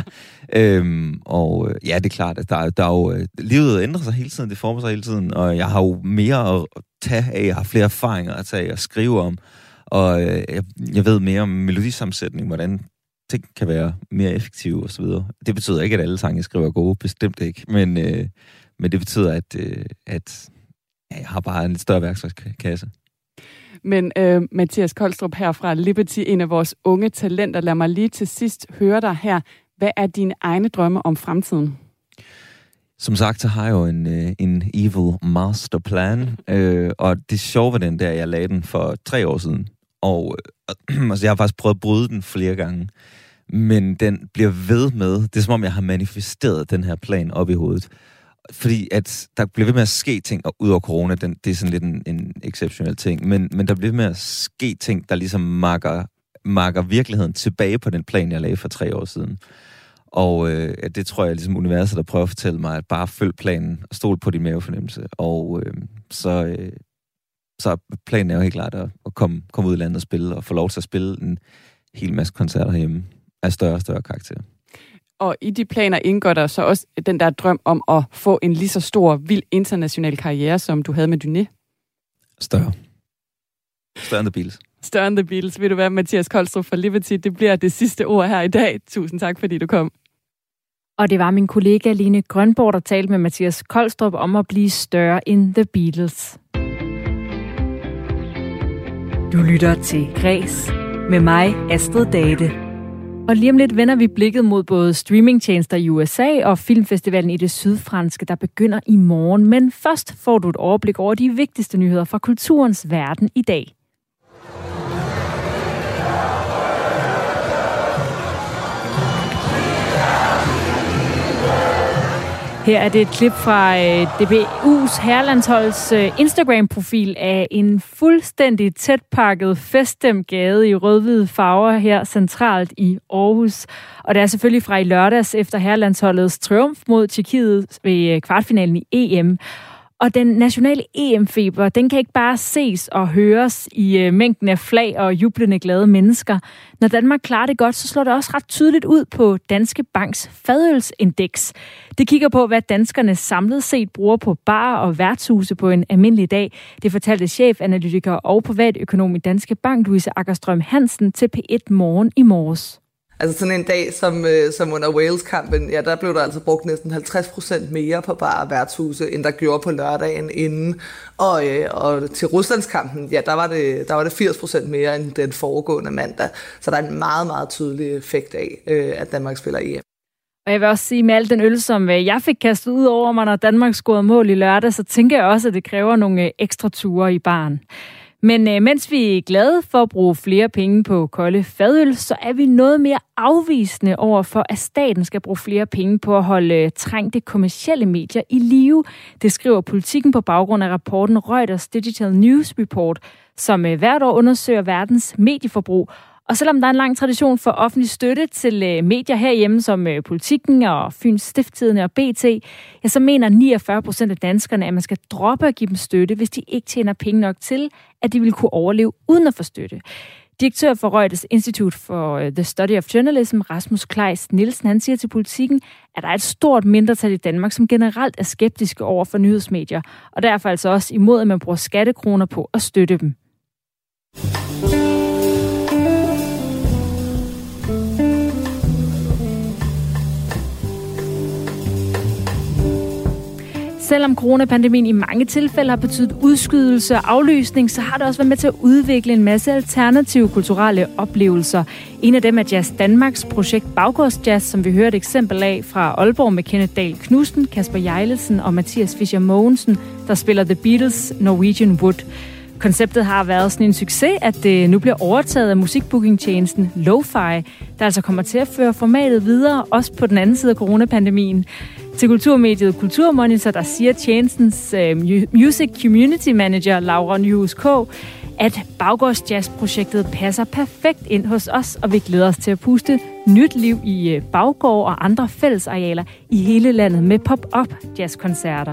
Og ja, det er klart, at der er jo livet ændrer sig hele tiden, det former sig hele tiden, og jeg har jo mere at tage af, jeg har flere erfaringer at tage og skrive om, og jeg ved mere om melodisammensætning, hvordan ting kan være mere effektive osv. Det betyder ikke, at alle sange, jeg skriver, er gode. Bestemt ikke. Men det betyder, at jeg har bare en lidt større værktøjskasse. Men Mathias Kolstrup her fra Liberty, en af vores unge talenter, lad mig lige til sidst høre dig her. Hvad er dine egne drømme om fremtiden? Som sagt, så har jeg jo en evil masterplan, og det sjove ved den der, jeg lagde den for 3 år siden. Og altså, jeg har faktisk prøvet at bryde den flere gange, men den bliver ved med. Det er som om, jeg har manifesteret den her plan op i hovedet. Fordi at der bliver ved med at ske ting, og ud over corona, det er sådan lidt en exceptionel ting, men der bliver ved med at ske ting, der ligesom marker virkeligheden tilbage på den plan, jeg lagde for 3 år siden. Og det tror jeg ligesom universet, der prøver at fortælle mig, at bare følg planen og stol på din mavefornemmelse. Og så planen er jo helt klart at komme ud i landet og spille, og få lov til at spille en hel masse koncerter herhjemme af større og større karakter. Og i de planer indgår der så også den der drøm om at få en lige så stor, vild international karriere, som du havde med Dyné? Større. Større end The Beatles. Større end The Beatles. Vil du være Mathias Kolstrup fra Liberty? Det bliver det sidste ord her i dag. Tusind tak, fordi du kom. Og det var min kollega Line Grønborg, der talte med Mathias Kolstrup om at blive større end The Beatles. Du lytter til Græs med mig, Astrid Date. Og lige om lidt vender vi blikket mod både streamingtjenester i USA og filmfestivalen i det sydfranske, der begynder i morgen. Men først får du et overblik over de vigtigste nyheder fra kulturens verden i dag. Her er det et klip fra DBU's herrelandsholds Instagram-profil af en fuldstændig tætpakket feststemt gade i rød-hvide farver her centralt i Aarhus. Og det er selvfølgelig fra i lørdags efter herrelandsholdets triumf mod Tjekkiet ved kvartfinalen i EM. Og den nationale EM-feber, den kan ikke bare ses og høres i mængden af flag og jublende glade mennesker. Når Danmark klarer det godt, så slår det også ret tydeligt ud på Danske Banks fadølsindeks. Det kigger på, hvad danskerne samlet set bruger på barer og værtshuse på en almindelig dag. Det fortalte chefanalytiker og privatøkonom i Danske Bank, Louise Aggerstrøm Hansen, til P1 Morgen i morges. Altså sådan en dag som under Wales-kampen, ja, der blev der altså brugt næsten 50% mere på barer og værtshuse, end der gjorde på lørdagen inden. Og til Ruslandskampen, ja, der var det 80% mere end den foregående mandag. Så der er en meget, meget tydelig effekt af, at Danmark spiller EM. Og jeg vil også sige, med al den øl, som jeg fik kastet ud over mig, når Danmark scorede mål i lørdag, så tænker jeg også, at det kræver nogle ekstra ture i baren. Men mens vi er glade for at bruge flere penge på kolde fadøl, så er vi noget mere afvisende over for, at staten skal bruge flere penge på at holde trængte kommercielle medier i live. Det skriver Politikken på baggrund af rapporten Reuters Digital News Report, som hvert år undersøger verdens medieforbrug. Og selvom der er en lang tradition for offentlig støtte til medier herhjemme, som Politikken og Fyns Stiftstidende og BT, ja, så mener 49% af danskerne, at man skal droppe at give dem støtte, hvis de ikke tjener penge nok til, at de vil kunne overleve uden at få støtte. Direktør for Reuters Institute for the Study of Journalism, Rasmus Kleis Nielsen, han siger til Politikken, at der er et stort mindretal i Danmark, som generelt er skeptiske over for nyhedsmedier, og derfor altså også imod, at man bruger skattekroner på at støtte dem. Selvom coronapandemien i mange tilfælde har betydet udskydelse og aflysning, så har det også været med til at udvikle en masse alternative kulturelle oplevelser. En af dem er Jazz Danmarks projekt Baggårdsjazz, som vi hørte et eksempel af fra Aalborg med Kenneth Dahl Knudsen, Kasper Jejlesen og Mathias Fischer Mogensen, der spiller The Beatles' Norwegian Wood. Konceptet har været sådan en succes, at det nu bliver overtaget af musikbookingtjenesten Lo-Fi, der altså kommer til at føre formatet videre, også på den anden side af coronapandemien. Til kulturmediet Kulturmonitor, der siger tjenestens Music Community Manager Laura Nyhus K, at Baggårdsjazz-projektet passer perfekt ind hos os, og vi glæder os til at puste nyt liv i baggård og andre fællesarealer i hele landet med pop-up jazzkoncerter.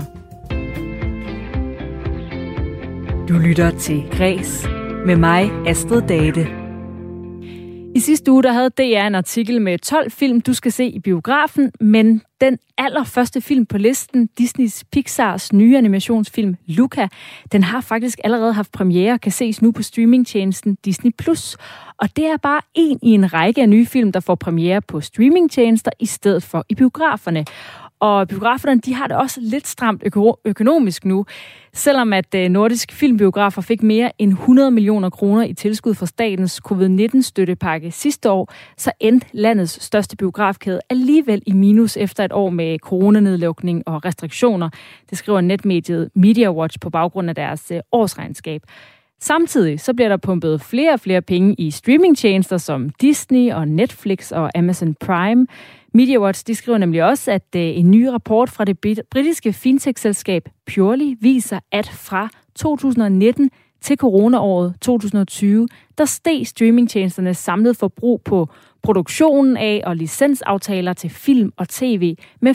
Du lytter til Græs med mig, Astrid Date. I sidste uge der havde DR en artikel med 12 film, du skal se i biografen, men Den allerførste film på listen, Disneys Pixars nye animationsfilm Luca, den har faktisk allerede haft premiere og kan ses nu på streamingtjenesten Disney+. Og det er bare en i en række af nye film, der får premiere på streamingtjenester i stedet for i biograferne. Og biograferne, de har det også lidt stramt økonomisk nu. Selvom at Nordisk Filmbiografer fik mere end 100 millioner kroner i tilskud fra statens covid-19-støttepakke sidste år, så endte landets største biografkæde alligevel i minus efter et år med coronanedlukning og restriktioner. Det skriver netmediet MediaWatch på baggrund af deres årsregnskab. Samtidig så bliver der pumpet flere og flere penge i streamingtjenester som Disney og Netflix og Amazon Prime. MediaWatch de skriver nemlig også, at en ny rapport fra det britiske fintech-selskab Purely viser, at fra 2019 til coronaåret 2020, der steg streamingtjenesternes samlede forbrug på produktionen af og licensaftaler til film og tv med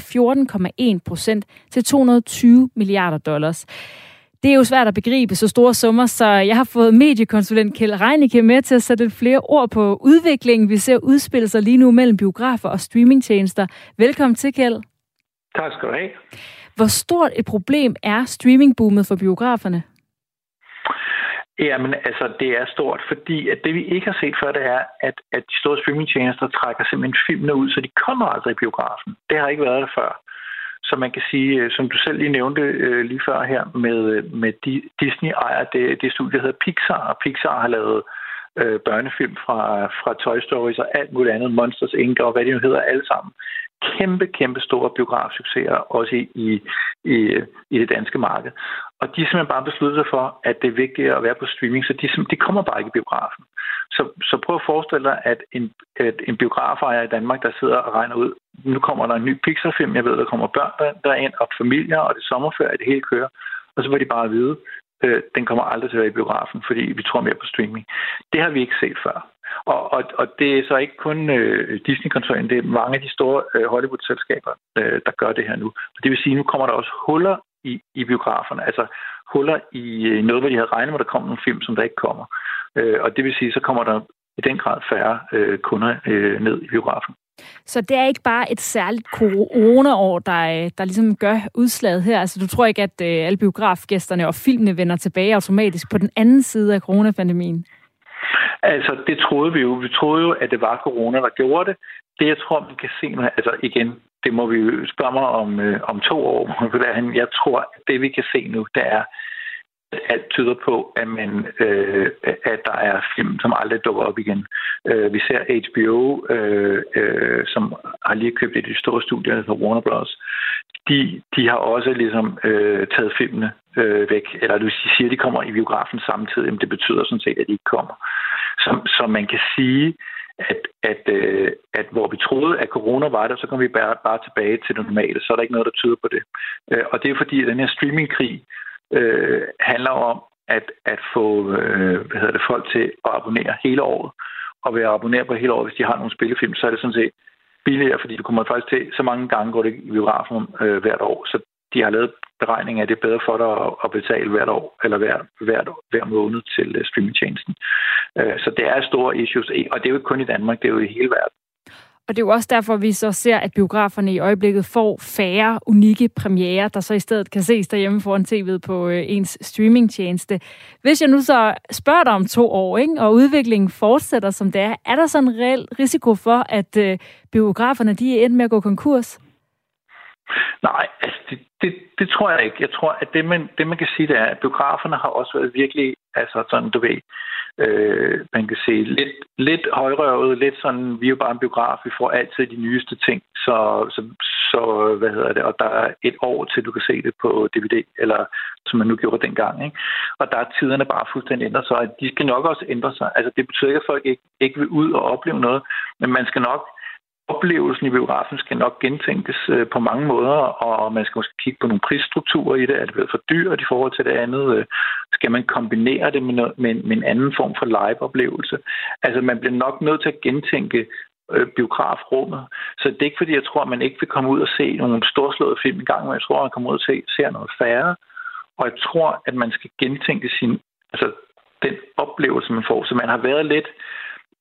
14,1% til $220 milliarder. Det er jo svært at begribe så store summer, så jeg har fået mediekonsulent Kjeld Reinicke med til at sætte flere ord på udviklingen. Vi ser udspille sig lige nu mellem biografer og streamingtjenester. Velkommen til, Kjeld. Tak skal du have. Hvor stort et problem er streamingboomet for biograferne? Jamen, altså, det er stort, fordi at det vi ikke har set før, det er, at de store streamingtjenester trækker simpelthen filmene ud, så de kommer altså i biografen. Det har ikke været der før. Så man kan sige, som du selv lige nævnte lige før her, med Disney ejer det studie, der hedder Pixar, og Pixar har lavet børnefilm fra Toy Story og alt muligt andet, Monsters Inc. og hvad det nu hedder, alle sammen. Kæmpe store biografsucceser, også i det danske marked. Og de er simpelthen bare besluttet sig for, at det er vigtigt at være på streaming, så de kommer bare ikke i biografen. Så prøv at forestille dig, at en biograferejer i Danmark, der sidder og regner ud, nu kommer der en ny Pixar-film, jeg ved, der kommer børn derind, og familier, og det sommerferie, det hele kører, og så vil de bare vide, den kommer aldrig til at være i biografen, fordi vi tror mere på streaming. Det har vi ikke set før. Og det er så ikke kun Disney-koncernen, det er mange af de store Hollywood-selskaber, der gør det her nu. Og det vil sige, at nu kommer der også huller i biograferne, altså huller i noget, hvor de havde regnet med, at der kommer nogle film, som der ikke kommer. Og det vil sige, så kommer der i den grad færre kunder ned i biografen. Så det er ikke bare et særligt corona-år, der ligesom gør udslaget her? Altså du tror ikke, at alle biografgæsterne og filmene vender tilbage automatisk på den anden side af coronapandemien? Altså, det troede vi jo. Vi troede jo, at det var corona, der gjorde det. Det, jeg tror, man kan se nu, altså igen, det må vi jo spørge mig om 2 år. Jeg tror, at det, vi kan se nu, det er, at alt tyder på, at der er film, som aldrig dukker op igen. Vi ser HBO, som har lige købt et af de store studier, der hedder Warner Bros. De har også ligesom taget filmene væk, eller du siger, at de kommer i biografen samtidig, men det betyder sådan set, at de ikke kommer. Så man kan sige, at hvor vi troede, at corona var der, så kommer vi bare tilbage til det normale, så er der ikke noget, der tyder på det. Og det er fordi, at den her streamingkrig handler om at få folk til at abonnere hele året. Og ved at abonnere på hele året, hvis de har nogle spillefilm, så er det sådan set billigere, fordi du kommer faktisk til, så mange gange går det i biografen hvert år. Så de har lavet beregning af, at det er bedre for dig at betale hvert år, eller hver måned til streamingtjenesten. Så det er store issues, og det er jo ikke kun i Danmark, det er jo i hele verden. Og det er jo også derfor, vi så ser, at biograferne i øjeblikket får færre unikke premiere, der så i stedet kan ses derhjemme foran tv'et på ens streamingtjeneste. Hvis jeg nu så spørger dig om 2 år, ikke, og udviklingen fortsætter som det er der så en reel risiko for, at biograferne de er endt med at gå konkurs? Nej, altså det tror jeg ikke. Jeg tror, at det man kan sige, det er, at biograferne har også været virkelig, altså sådan, du ved, man kan se lidt højrøvet, lidt sådan, vi er jo bare en biograf, vi får altid de nyeste ting, så hvad hedder det, og der er 1 år til, du kan se det på DVD, eller som man nu gjorde dengang, ikke? Og der er tiderne bare fuldstændig ændret sig, og de skal nok også ændre sig. Altså det betyder ikke, at folk ikke vil ud og opleve noget, men man skal nok oplevelsen i biografen skal nok gentænkes på mange måder, og man skal måske kigge på nogle prisstrukturer i det. Er det blevet for dyrt i forhold til det andet? Skal man kombinere det med en anden form for live-oplevelse? Altså, man bliver nok nødt til at gentænke biografrummet. Så det er ikke, fordi jeg tror, at man ikke vil komme ud og se nogle storslåede film i gang, men jeg tror, at man kommer ud og ser noget færre. Og jeg tror, at man skal gentænke den oplevelse, man får. Så man har været lidt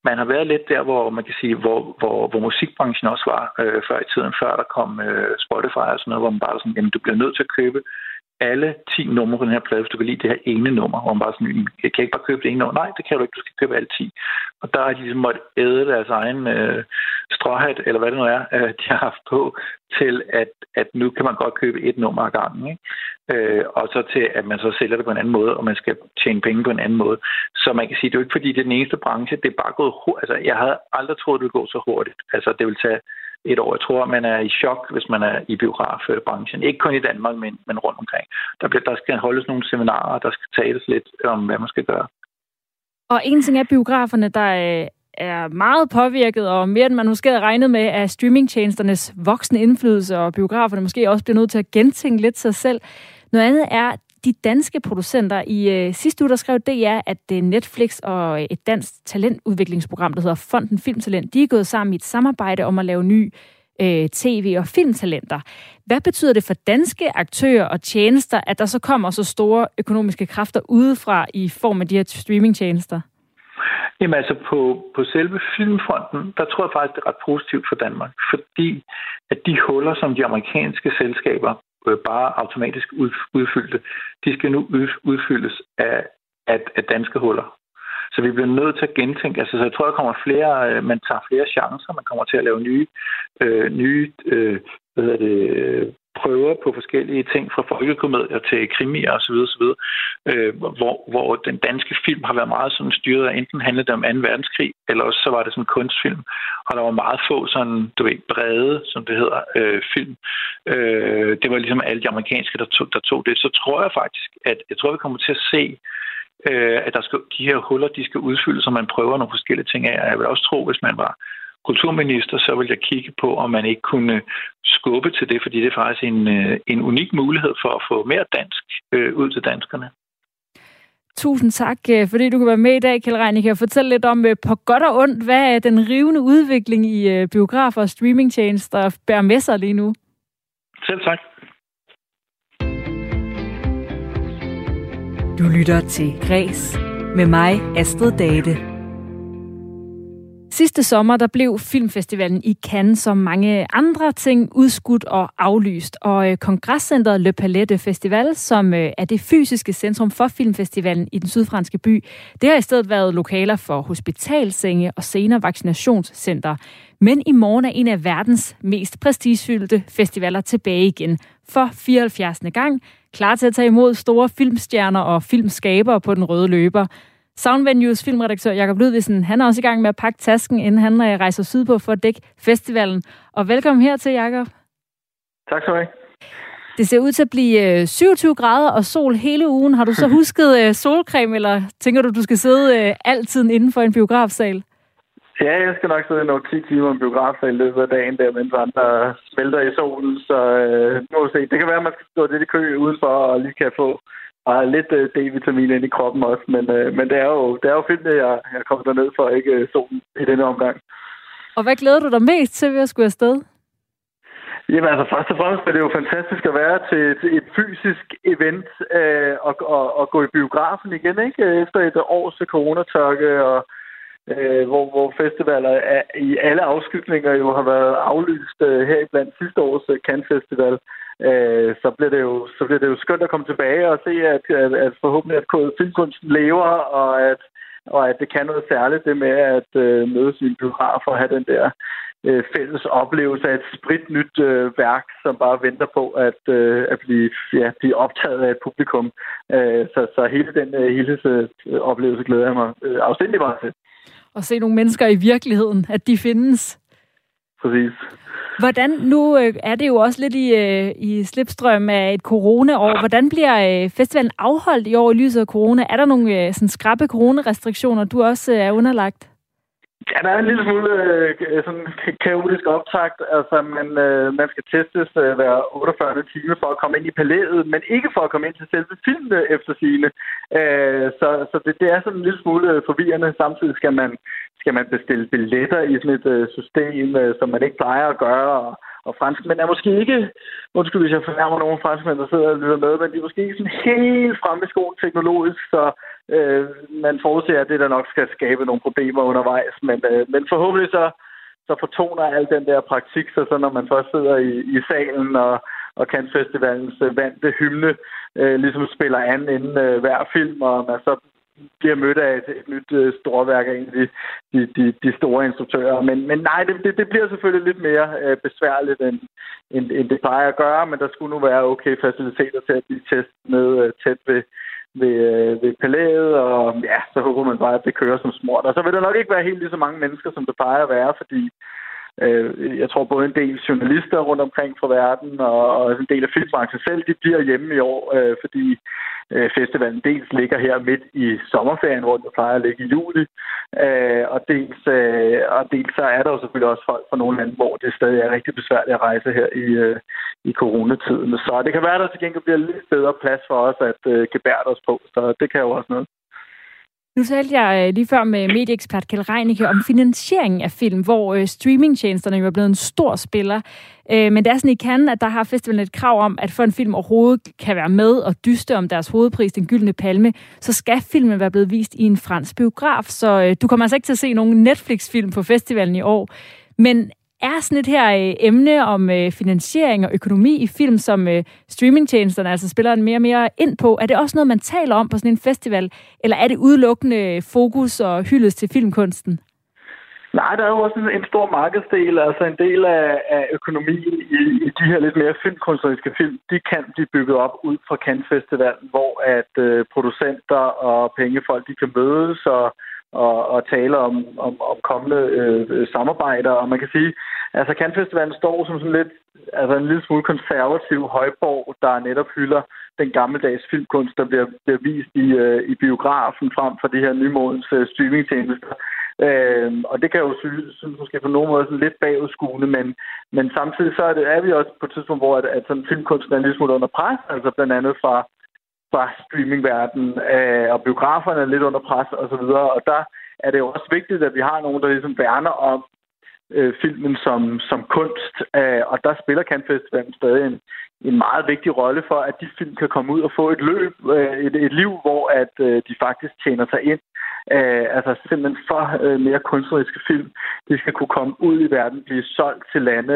man har været lidt der, hvor man kan sige, hvor musikbranchen også var før i tiden, før der kom Spotify og sådan noget, hvor man bare sådan, jamen, du bliver nødt til at købe alle 10 numre på den her plade, hvis du kan lide det her ene nummer, hvor man bare sådan, jeg kan ikke bare købe det ene nummer. Nej, det kan du ikke, du skal købe alle 10. Og der har de ligesom måttet æde deres egen stråhat, eller hvad det nu er, de har haft på, til at nu kan man godt købe et nummer ad gangen, ikke? Og så til, at man så sælger det på en anden måde, og man skal tjene penge på en anden måde. Så man kan sige, det er jo ikke fordi, det er den eneste branche, det er bare gået hurtigt. Altså, jeg havde aldrig troet, det ville gå så hurtigt. Altså, det vil tage et år. Jeg tror, man er i chok, hvis man er i biografbranchen. Ikke kun i Danmark, men rundt omkring. Der skal holdes nogle seminarer, der skal tales lidt om, hvad man skal gøre. Og en ting er biograferne, der er meget påvirket, og mere end man måske havde regnet med, af streamingtjenesternes voksende indflydelse, og biograferne måske også bliver nødt til at gentænke lidt sig selv. Noget andet er de danske producenter. I sidste uge, der skrev DR, at Netflix og et dansk talentudviklingsprogram, der hedder Fonden Filmtalent, de er gået sammen i et samarbejde om at lave nye tv- og filmtalenter. Hvad betyder det for danske aktører og tjenester, at der så kommer så store økonomiske kræfter udefra i form af de her streamingtjenester? Jamen altså på selve filmfronten, der tror jeg faktisk, det er ret positivt for Danmark, fordi at de huller, som de amerikanske selskaber bare automatisk udfyldte, de skal nu udfyldes af danske huller. Så vi bliver nødt til at gentænke. Altså, så jeg tror, der kommer man tager flere chancer, man kommer til at lave nye prøver på forskellige ting, fra folkekomedier til krimier osv., hvor den danske film har været meget sådan styret af, enten handlede det om 2. verdenskrig, eller også så var det sådan en kunstfilm, og der var meget få sådan, brede, som det hedder, film. Det var ligesom alle de amerikanske, der tog det. Så tror jeg faktisk, at vi kommer til at se, at de her huller, de skal udfyldes, og man prøver nogle forskellige ting af. Og jeg vil også tro, hvis man var kulturminister, så vil jeg kigge på, om man ikke kunne skubbe til det, fordi det er faktisk en unik mulighed for at få mere dansk ud til danskerne. Tusind tak, fordi du kan være med i dag, Kjeld Reinicke. Kan fortælle lidt om, på godt og ondt, hvad er den rivende udvikling i biografer og streamingtjenester bærer med sig lige nu? Selv tak. Du lytter til Græs med mig, Astrid Date. Sidste sommer, der blev filmfestivalen i Cannes som mange andre ting udskudt og aflyst. Og Kongrescentret Le Palais Festival, som er det fysiske centrum for filmfestivalen i den sydfranske by, det har i stedet været lokaler for hospitalsenge og senere vaccinationscenter. Men i morgen er en af verdens mest prestigefyldte festivaler tilbage igen for 74. gang, klar til at tage imod store filmstjerner og filmskabere på den røde løber. Soundvenues filmredaktør Jakob Ludvigsen, han er også i gang med at pakke tasken, inden han rejser sydpå for at dække festivalen. Og velkommen her til, Jakob. Tak skal du have. Det ser ud til at blive 27 grader og sol hele ugen. Har du så husket solcreme, eller tænker du skal sidde altid inden for en biografsal? Ja, jeg skal nok sidde nok 10 timer i en biografsal i løbet af dagen, der mens andre smelter i solen. Så nu må vi se. Det kan være, at man skal stå lidt i kø udenfor og lige kan få lidt D-vitamin ind i kroppen også. Men det er jo fint, at jeg kommer derned for ikke solen i denne omgang. Og hvad glæder du dig mest til ved at skulle afsted? Jamen altså, først og fremmest er det jo fantastisk at være til et fysisk event og gå i biografen igen, ikke? Efter et års coronatørke og hvor festivaler i alle afskygninger jo har været aflyst her i blandt sidste års Cannes Festival, så bliver det jo skønt at komme tilbage og se, at forhåbentlig at filmkunsten lever, og at det kan noget særligt, det med at mødes i en biograf og have den der fælles oplevelse af et spritnyt værk, som bare venter på at blive optaget af et publikum. Så hele den helhedsoplevelse glæder jeg mig afsindig meget til. Og se nogle mennesker i virkeligheden, at de findes. Præcis. Hvordan, nu er det jo også lidt i slipstrøm af et corona-år. Hvordan bliver festivalen afholdt i år i lyset af corona? Er der nogle sådan skrappe coronarestriktioner, du også er underlagt? Ja, der er en lille smule sådan kaotisk optakt. Altså, man skal testes hver 48 timer for at komme ind i palæet, men ikke for at komme ind til selve filmene efter sigende. Så det er sådan en lille smule forvirrende. Samtidig skal man bestille billetter i sådan et system, som man ikke plejer at gøre, og franskmænd er måske ikke, undskyld hvis jeg fornærmer nogle franskmænd, der sidder og lytter med, men de er måske ikke sådan helt fremme i skoen teknologisk, så man forudser, at det der nok skal skabe nogle problemer undervejs, men forhåbentlig så fortoner al den der praktik sig, så når man først sidder i salen og Cannes Festivalens vante hymne ligesom spiller an inden hver film, og man så bliver mødt af et nyt storværk af en af de store instruktører. Men nej, det bliver selvfølgelig lidt mere besværligt, end det plejer at gøre, men der skulle nu være okay faciliteter til at blive testet med tæt ved palæet, og ja, så håber man bare, at det kører som smurt. Og så vil der nok ikke være helt lige så mange mennesker, som det plejer at være, fordi jeg tror både en del journalister rundt omkring fra verden og en del af filmbranchen selv, de bliver hjemme i år, fordi festivalen dels ligger her midt i sommerferien, hvor den plejer at ligge i juli, og dels så er der jo selvfølgelig også folk fra nogle lande, hvor det stadig er rigtig besværligt at rejse her i coronatiden. Så det kan være, at der til gengæld bliver lidt bedre plads for os at gebærde os på, så det kan jo også noget. Nu talte jeg lige før med medieekspert Kjeld Reinicke om finansieringen af film, hvor streamingtjenesterne jo er blevet en stor spiller. Men det er sådan i Cannes, at der har festivalen et krav om, at for en film overhovedet kan være med og dyste om deres hovedpris, Den Gyldne Palme, så skal filmen være blevet vist i en fransk biograf. Så du kommer altså ikke til at se nogen Netflix-film på festivalen i år. Men er sådan et her emne om finansiering og økonomi i film, som streamingtjenesterne altså spiller en mere og mere ind på, er det også noget, man taler om på sådan en festival, eller er det udelukkende fokus og hyldest til filmkunsten? Nej, der er jo også en stor markedsdel, altså en del af økonomien i de her lidt mere filmkunstneriske film, de kan blive bygget op ud fra Cannes Festivalen, hvor at producenter og pengefolk, de kan mødes og tale om kommende samarbejder, og man kan sige, altså Cannes Festivalen står som sådan lidt, altså en lille smule konservativ højborg, der netop hylder den gammeldags filmkunst, der bliver vist i biografen frem for de her nymodens streamingtjenester. Og det kan jo synes måske på nogen måde sådan lidt bagudskuende, men samtidig så er vi også på et tidspunkt, hvor at sådan filmkunsten er en lille smule under pres, altså blandt andet fra streamingverdenen, og biograferne er lidt under pres og så videre, og der er det jo også vigtigt, at vi har nogen, der ligesom værner om filmen som kunst, og der spiller Cannes Festivalen stadig en meget vigtig rolle for, at de film kan komme ud og få et løb, et liv, hvor at de faktisk tjener sig ind. Altså simpelthen for mere kunstneriske film, de skal kunne komme ud i verden, blive solgt til lande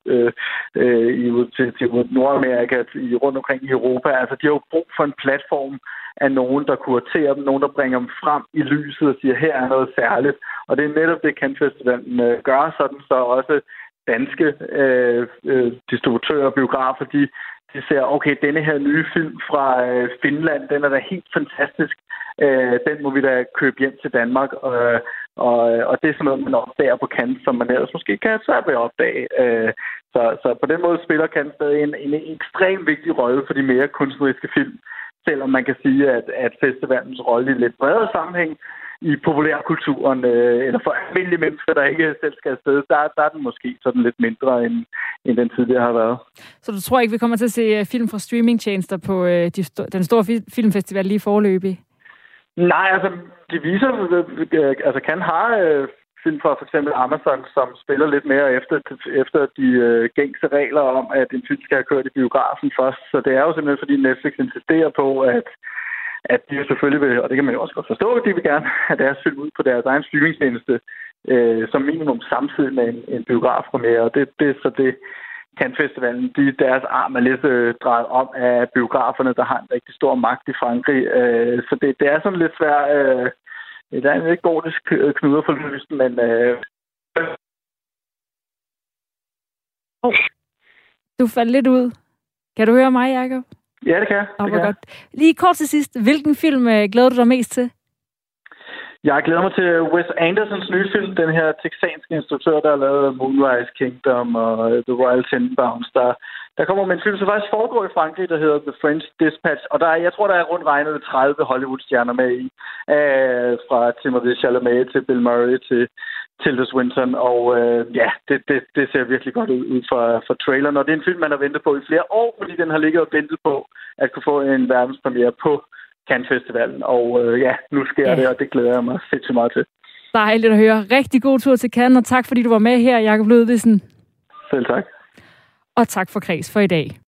til Nordamerika, rundt omkring i Europa. Altså de har jo brug for en platform af nogen, der kuraterer dem, nogen, der bringer dem frem i lyset og siger, her er noget særligt. Og det er netop det, Cannes Festivalen gør, sådan så også danske distributører og biografer, de ser, okay, denne her nye film fra Finland, den er da helt fantastisk. Den må vi da købe hjem til Danmark, og det er sådan noget, man opdager på Cannes, som man ellers måske kan have svært ved at opdage. Så på den måde spiller Cannes stadig en ekstremt vigtig rolle for de mere kunstneriske film, selvom man kan sige, at festivalens rolle i lidt bredere sammenhæng i populærkulturen, eller for almindelige mennesker, der ikke selv skal afsted, der er den måske sådan lidt mindre, end den tidligere har været. Så du tror ikke, vi kommer til at se film fra streamingtjenester på den store filmfestival lige foreløbig? Nej, altså de viser, altså Cannes har film fra for eksempel Amazon, som spiller lidt mere efter de gængse regler om, at en film skal have kørt i biografen først. Så det er jo simpelthen, fordi Netflix insisterer på, at de selvfølgelig vil, og det kan man jo også godt forstå, at de vil gerne have deres film ud på deres egen streamingtjeneste som minimum samtidig med en biografpremiere. Og det er så det, Cannes Festivalen, deres arm er lidt drejet om af biograferne, der har en rigtig stor magt i Frankrig. Så det er sådan lidt svært. Det er en lidt gordisk knuder for lysten, men... Du faldt lidt ud. Kan du høre mig, Jacob? Ja, det kan jeg. Godt. Lige kort til sidst. Hvilken film glæder du dig mest til? Jeg glæder mig til Wes Andersons nye film, den her texanske instruktør, der har lavet Moonrise Kingdom og The Royal Tenenbaums. Der kommer med en film, som faktisk foregår i Frankrig, der hedder The French Dispatch. Og jeg tror, der er rundt regnet 30 Hollywood-stjerner med i. Fra Timothée Chalamet til Bill Murray til Tilda Swinton. Og det ser virkelig godt ud fra traileren. Og det er en film, man har ventet på i flere år, fordi den har ligget og ventet på at kunne få en verdenspremiere på Cannes Festivalen. Og nu sker det, og det glæder jeg mig sindssygt meget til. Dejligt at høre. Rigtig god tur til Cannes, og tak fordi du var med her, Jakob Ludvigsen. Selv tak. Og tak for Kreds for i dag.